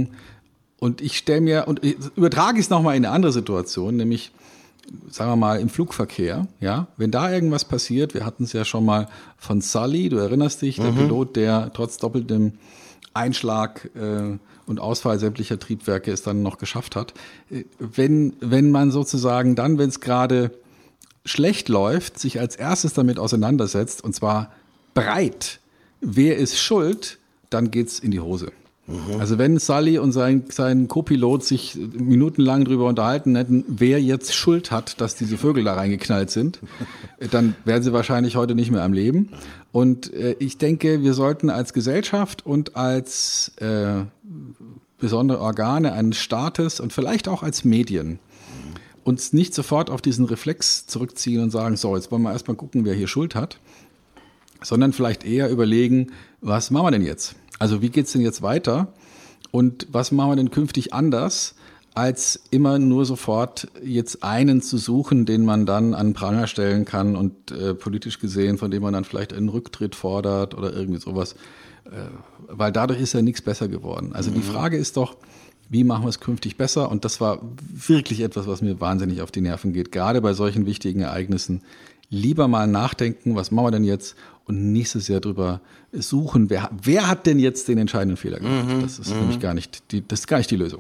ich stelle mir, und übertrage es nochmal in eine andere Situation, nämlich, sagen wir mal, im Flugverkehr, ja, wenn da irgendwas passiert, wir hatten es ja schon mal von Sully, du erinnerst dich, der Pilot, der trotz doppeltem Einschlag und Ausfall sämtlicher Triebwerke es dann noch geschafft hat. Wenn man sozusagen dann, wenn es gerade schlecht läuft, sich als erstes damit auseinandersetzt, und zwar breit, wer ist schuld, dann geht's in die Hose. Also wenn Sully und sein Co-Pilot sich minutenlang darüber unterhalten hätten, wer jetzt Schuld hat, dass diese Vögel da reingeknallt sind, dann wären sie wahrscheinlich heute nicht mehr am Leben. Und ich denke, wir sollten als Gesellschaft und als besondere Organe eines Staates und vielleicht auch als Medien uns nicht sofort auf diesen Reflex zurückziehen und sagen, so, jetzt wollen wir erstmal gucken, wer hier Schuld hat, sondern vielleicht eher überlegen, was machen wir denn jetzt? Also wie geht's denn jetzt weiter und was machen wir denn künftig anders, als immer nur sofort jetzt einen zu suchen, den man dann an den Pranger stellen kann und politisch gesehen, von dem man dann vielleicht einen Rücktritt fordert oder irgendwie sowas, weil dadurch ist ja nichts besser geworden. Also die Frage ist doch, wie machen wir es künftig besser? Und das war wirklich etwas, was mir wahnsinnig auf die Nerven geht, gerade bei solchen wichtigen Ereignissen. Lieber mal nachdenken, was machen wir denn jetzt? Und nicht so sehr drüber suchen, wer hat denn jetzt den entscheidenden Fehler gemacht? Das ist nämlich gar nicht die Lösung.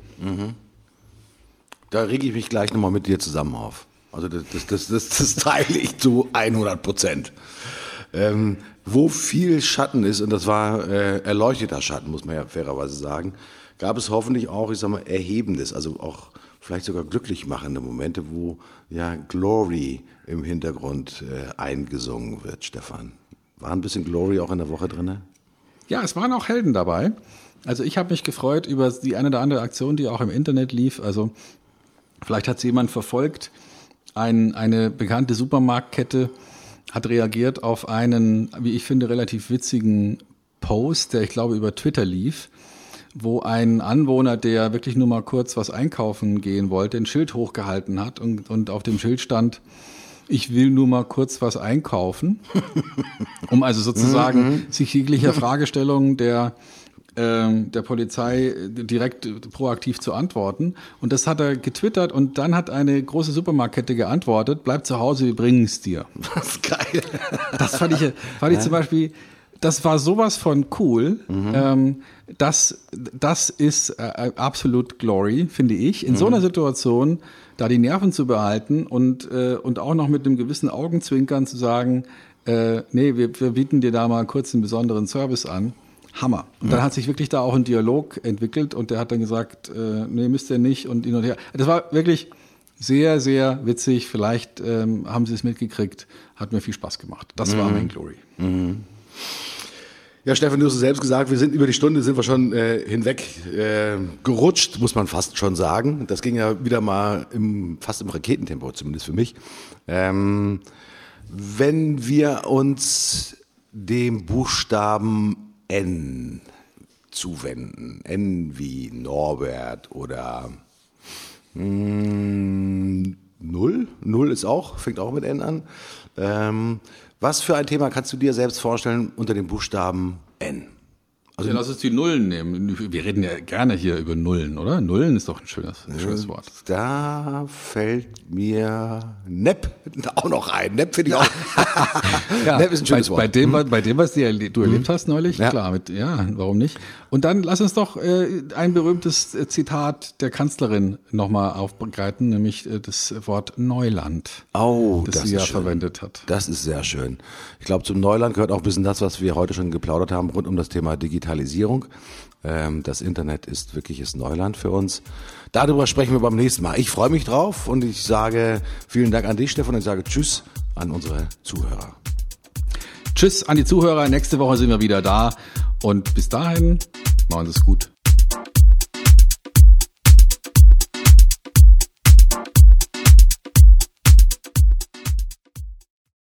Da rege ich mich gleich nochmal mit dir zusammen auf. Also das teile ich zu 100%. Wo viel Schatten ist, und das war erleuchteter Schatten, muss man ja fairerweise sagen, gab es hoffentlich auch, ich sag mal, erhebendes, also auch vielleicht sogar glücklich machende Momente, wo ja Glory im Hintergrund eingesungen wird, Stefan. War ein bisschen Glory auch in der Woche drin? Ja, es waren auch Helden dabei. Also ich habe mich gefreut über die eine oder andere Aktion, die auch im Internet lief. Also vielleicht hat es jemand verfolgt. Eine bekannte Supermarktkette hat reagiert auf einen, wie ich finde, relativ witzigen Post, der ich glaube über Twitter lief, wo ein Anwohner, der wirklich nur mal kurz was einkaufen gehen wollte, ein Schild hochgehalten hat und auf dem Schild stand: Ich will nur mal kurz was einkaufen, um also sozusagen sich jeglicher Fragestellung der Polizei direkt proaktiv zu antworten. Und das hat er getwittert und dann hat eine große Supermarktkette geantwortet: Bleib zu Hause, wir bringen es dir. Das ist geil. Das fand ich zum Beispiel, das war sowas von cool. Das ist absolut Glory, finde ich. In so einer Situation da die Nerven zu behalten und auch noch mit einem gewissen Augenzwinkern zu sagen, nee, wir bieten dir da mal kurz einen besonderen Service an. Hammer. Und dann hat sich wirklich da auch ein Dialog entwickelt und der hat dann gesagt, nee, müsst ihr nicht und hin und her. Das war wirklich sehr, sehr witzig. Vielleicht haben Sie es mitgekriegt. Hat mir viel Spaß gemacht. Das war mein Glory. Ja, Stefan, du hast es selbst gesagt, wir sind über die Stunde, sind wir schon hinweg gerutscht, muss man fast schon sagen. Das ging ja wieder mal fast im Raketentempo, zumindest für mich. Wenn wir uns dem Buchstaben N zuwenden, N wie Norbert oder Null ist auch, fängt auch mit N an. Was für ein Thema kannst du dir selbst vorstellen unter dem Buchstaben N? Also lass uns die Nullen nehmen. Wir reden ja gerne hier über Nullen, oder? Nullen ist doch ein schönes Wort. Da fällt mir Nepp auch noch ein. Nepp finde ich auch. Ja, Nepp ist ein schönes Wort. Bei dem, was du erlebt hast neulich, Ja. klar, warum nicht? Und dann lass uns doch ein berühmtes Zitat der Kanzlerin nochmal aufbegleiten, nämlich das Wort Neuland, das sie ja schön. verwendet hat. Das ist sehr schön. Ich glaube, zum Neuland gehört auch ein bisschen das, was wir heute schon geplaudert haben, rund um das Thema Digitalisierung. Das Internet ist wirkliches Neuland für uns. Darüber sprechen wir beim nächsten Mal. Ich freue mich drauf und ich sage vielen Dank an dich, Stefan, und ich sage Tschüss an unsere Zuhörer. Tschüss an die Zuhörer. Nächste Woche sind wir wieder da. Und bis dahin, machen Sie es gut.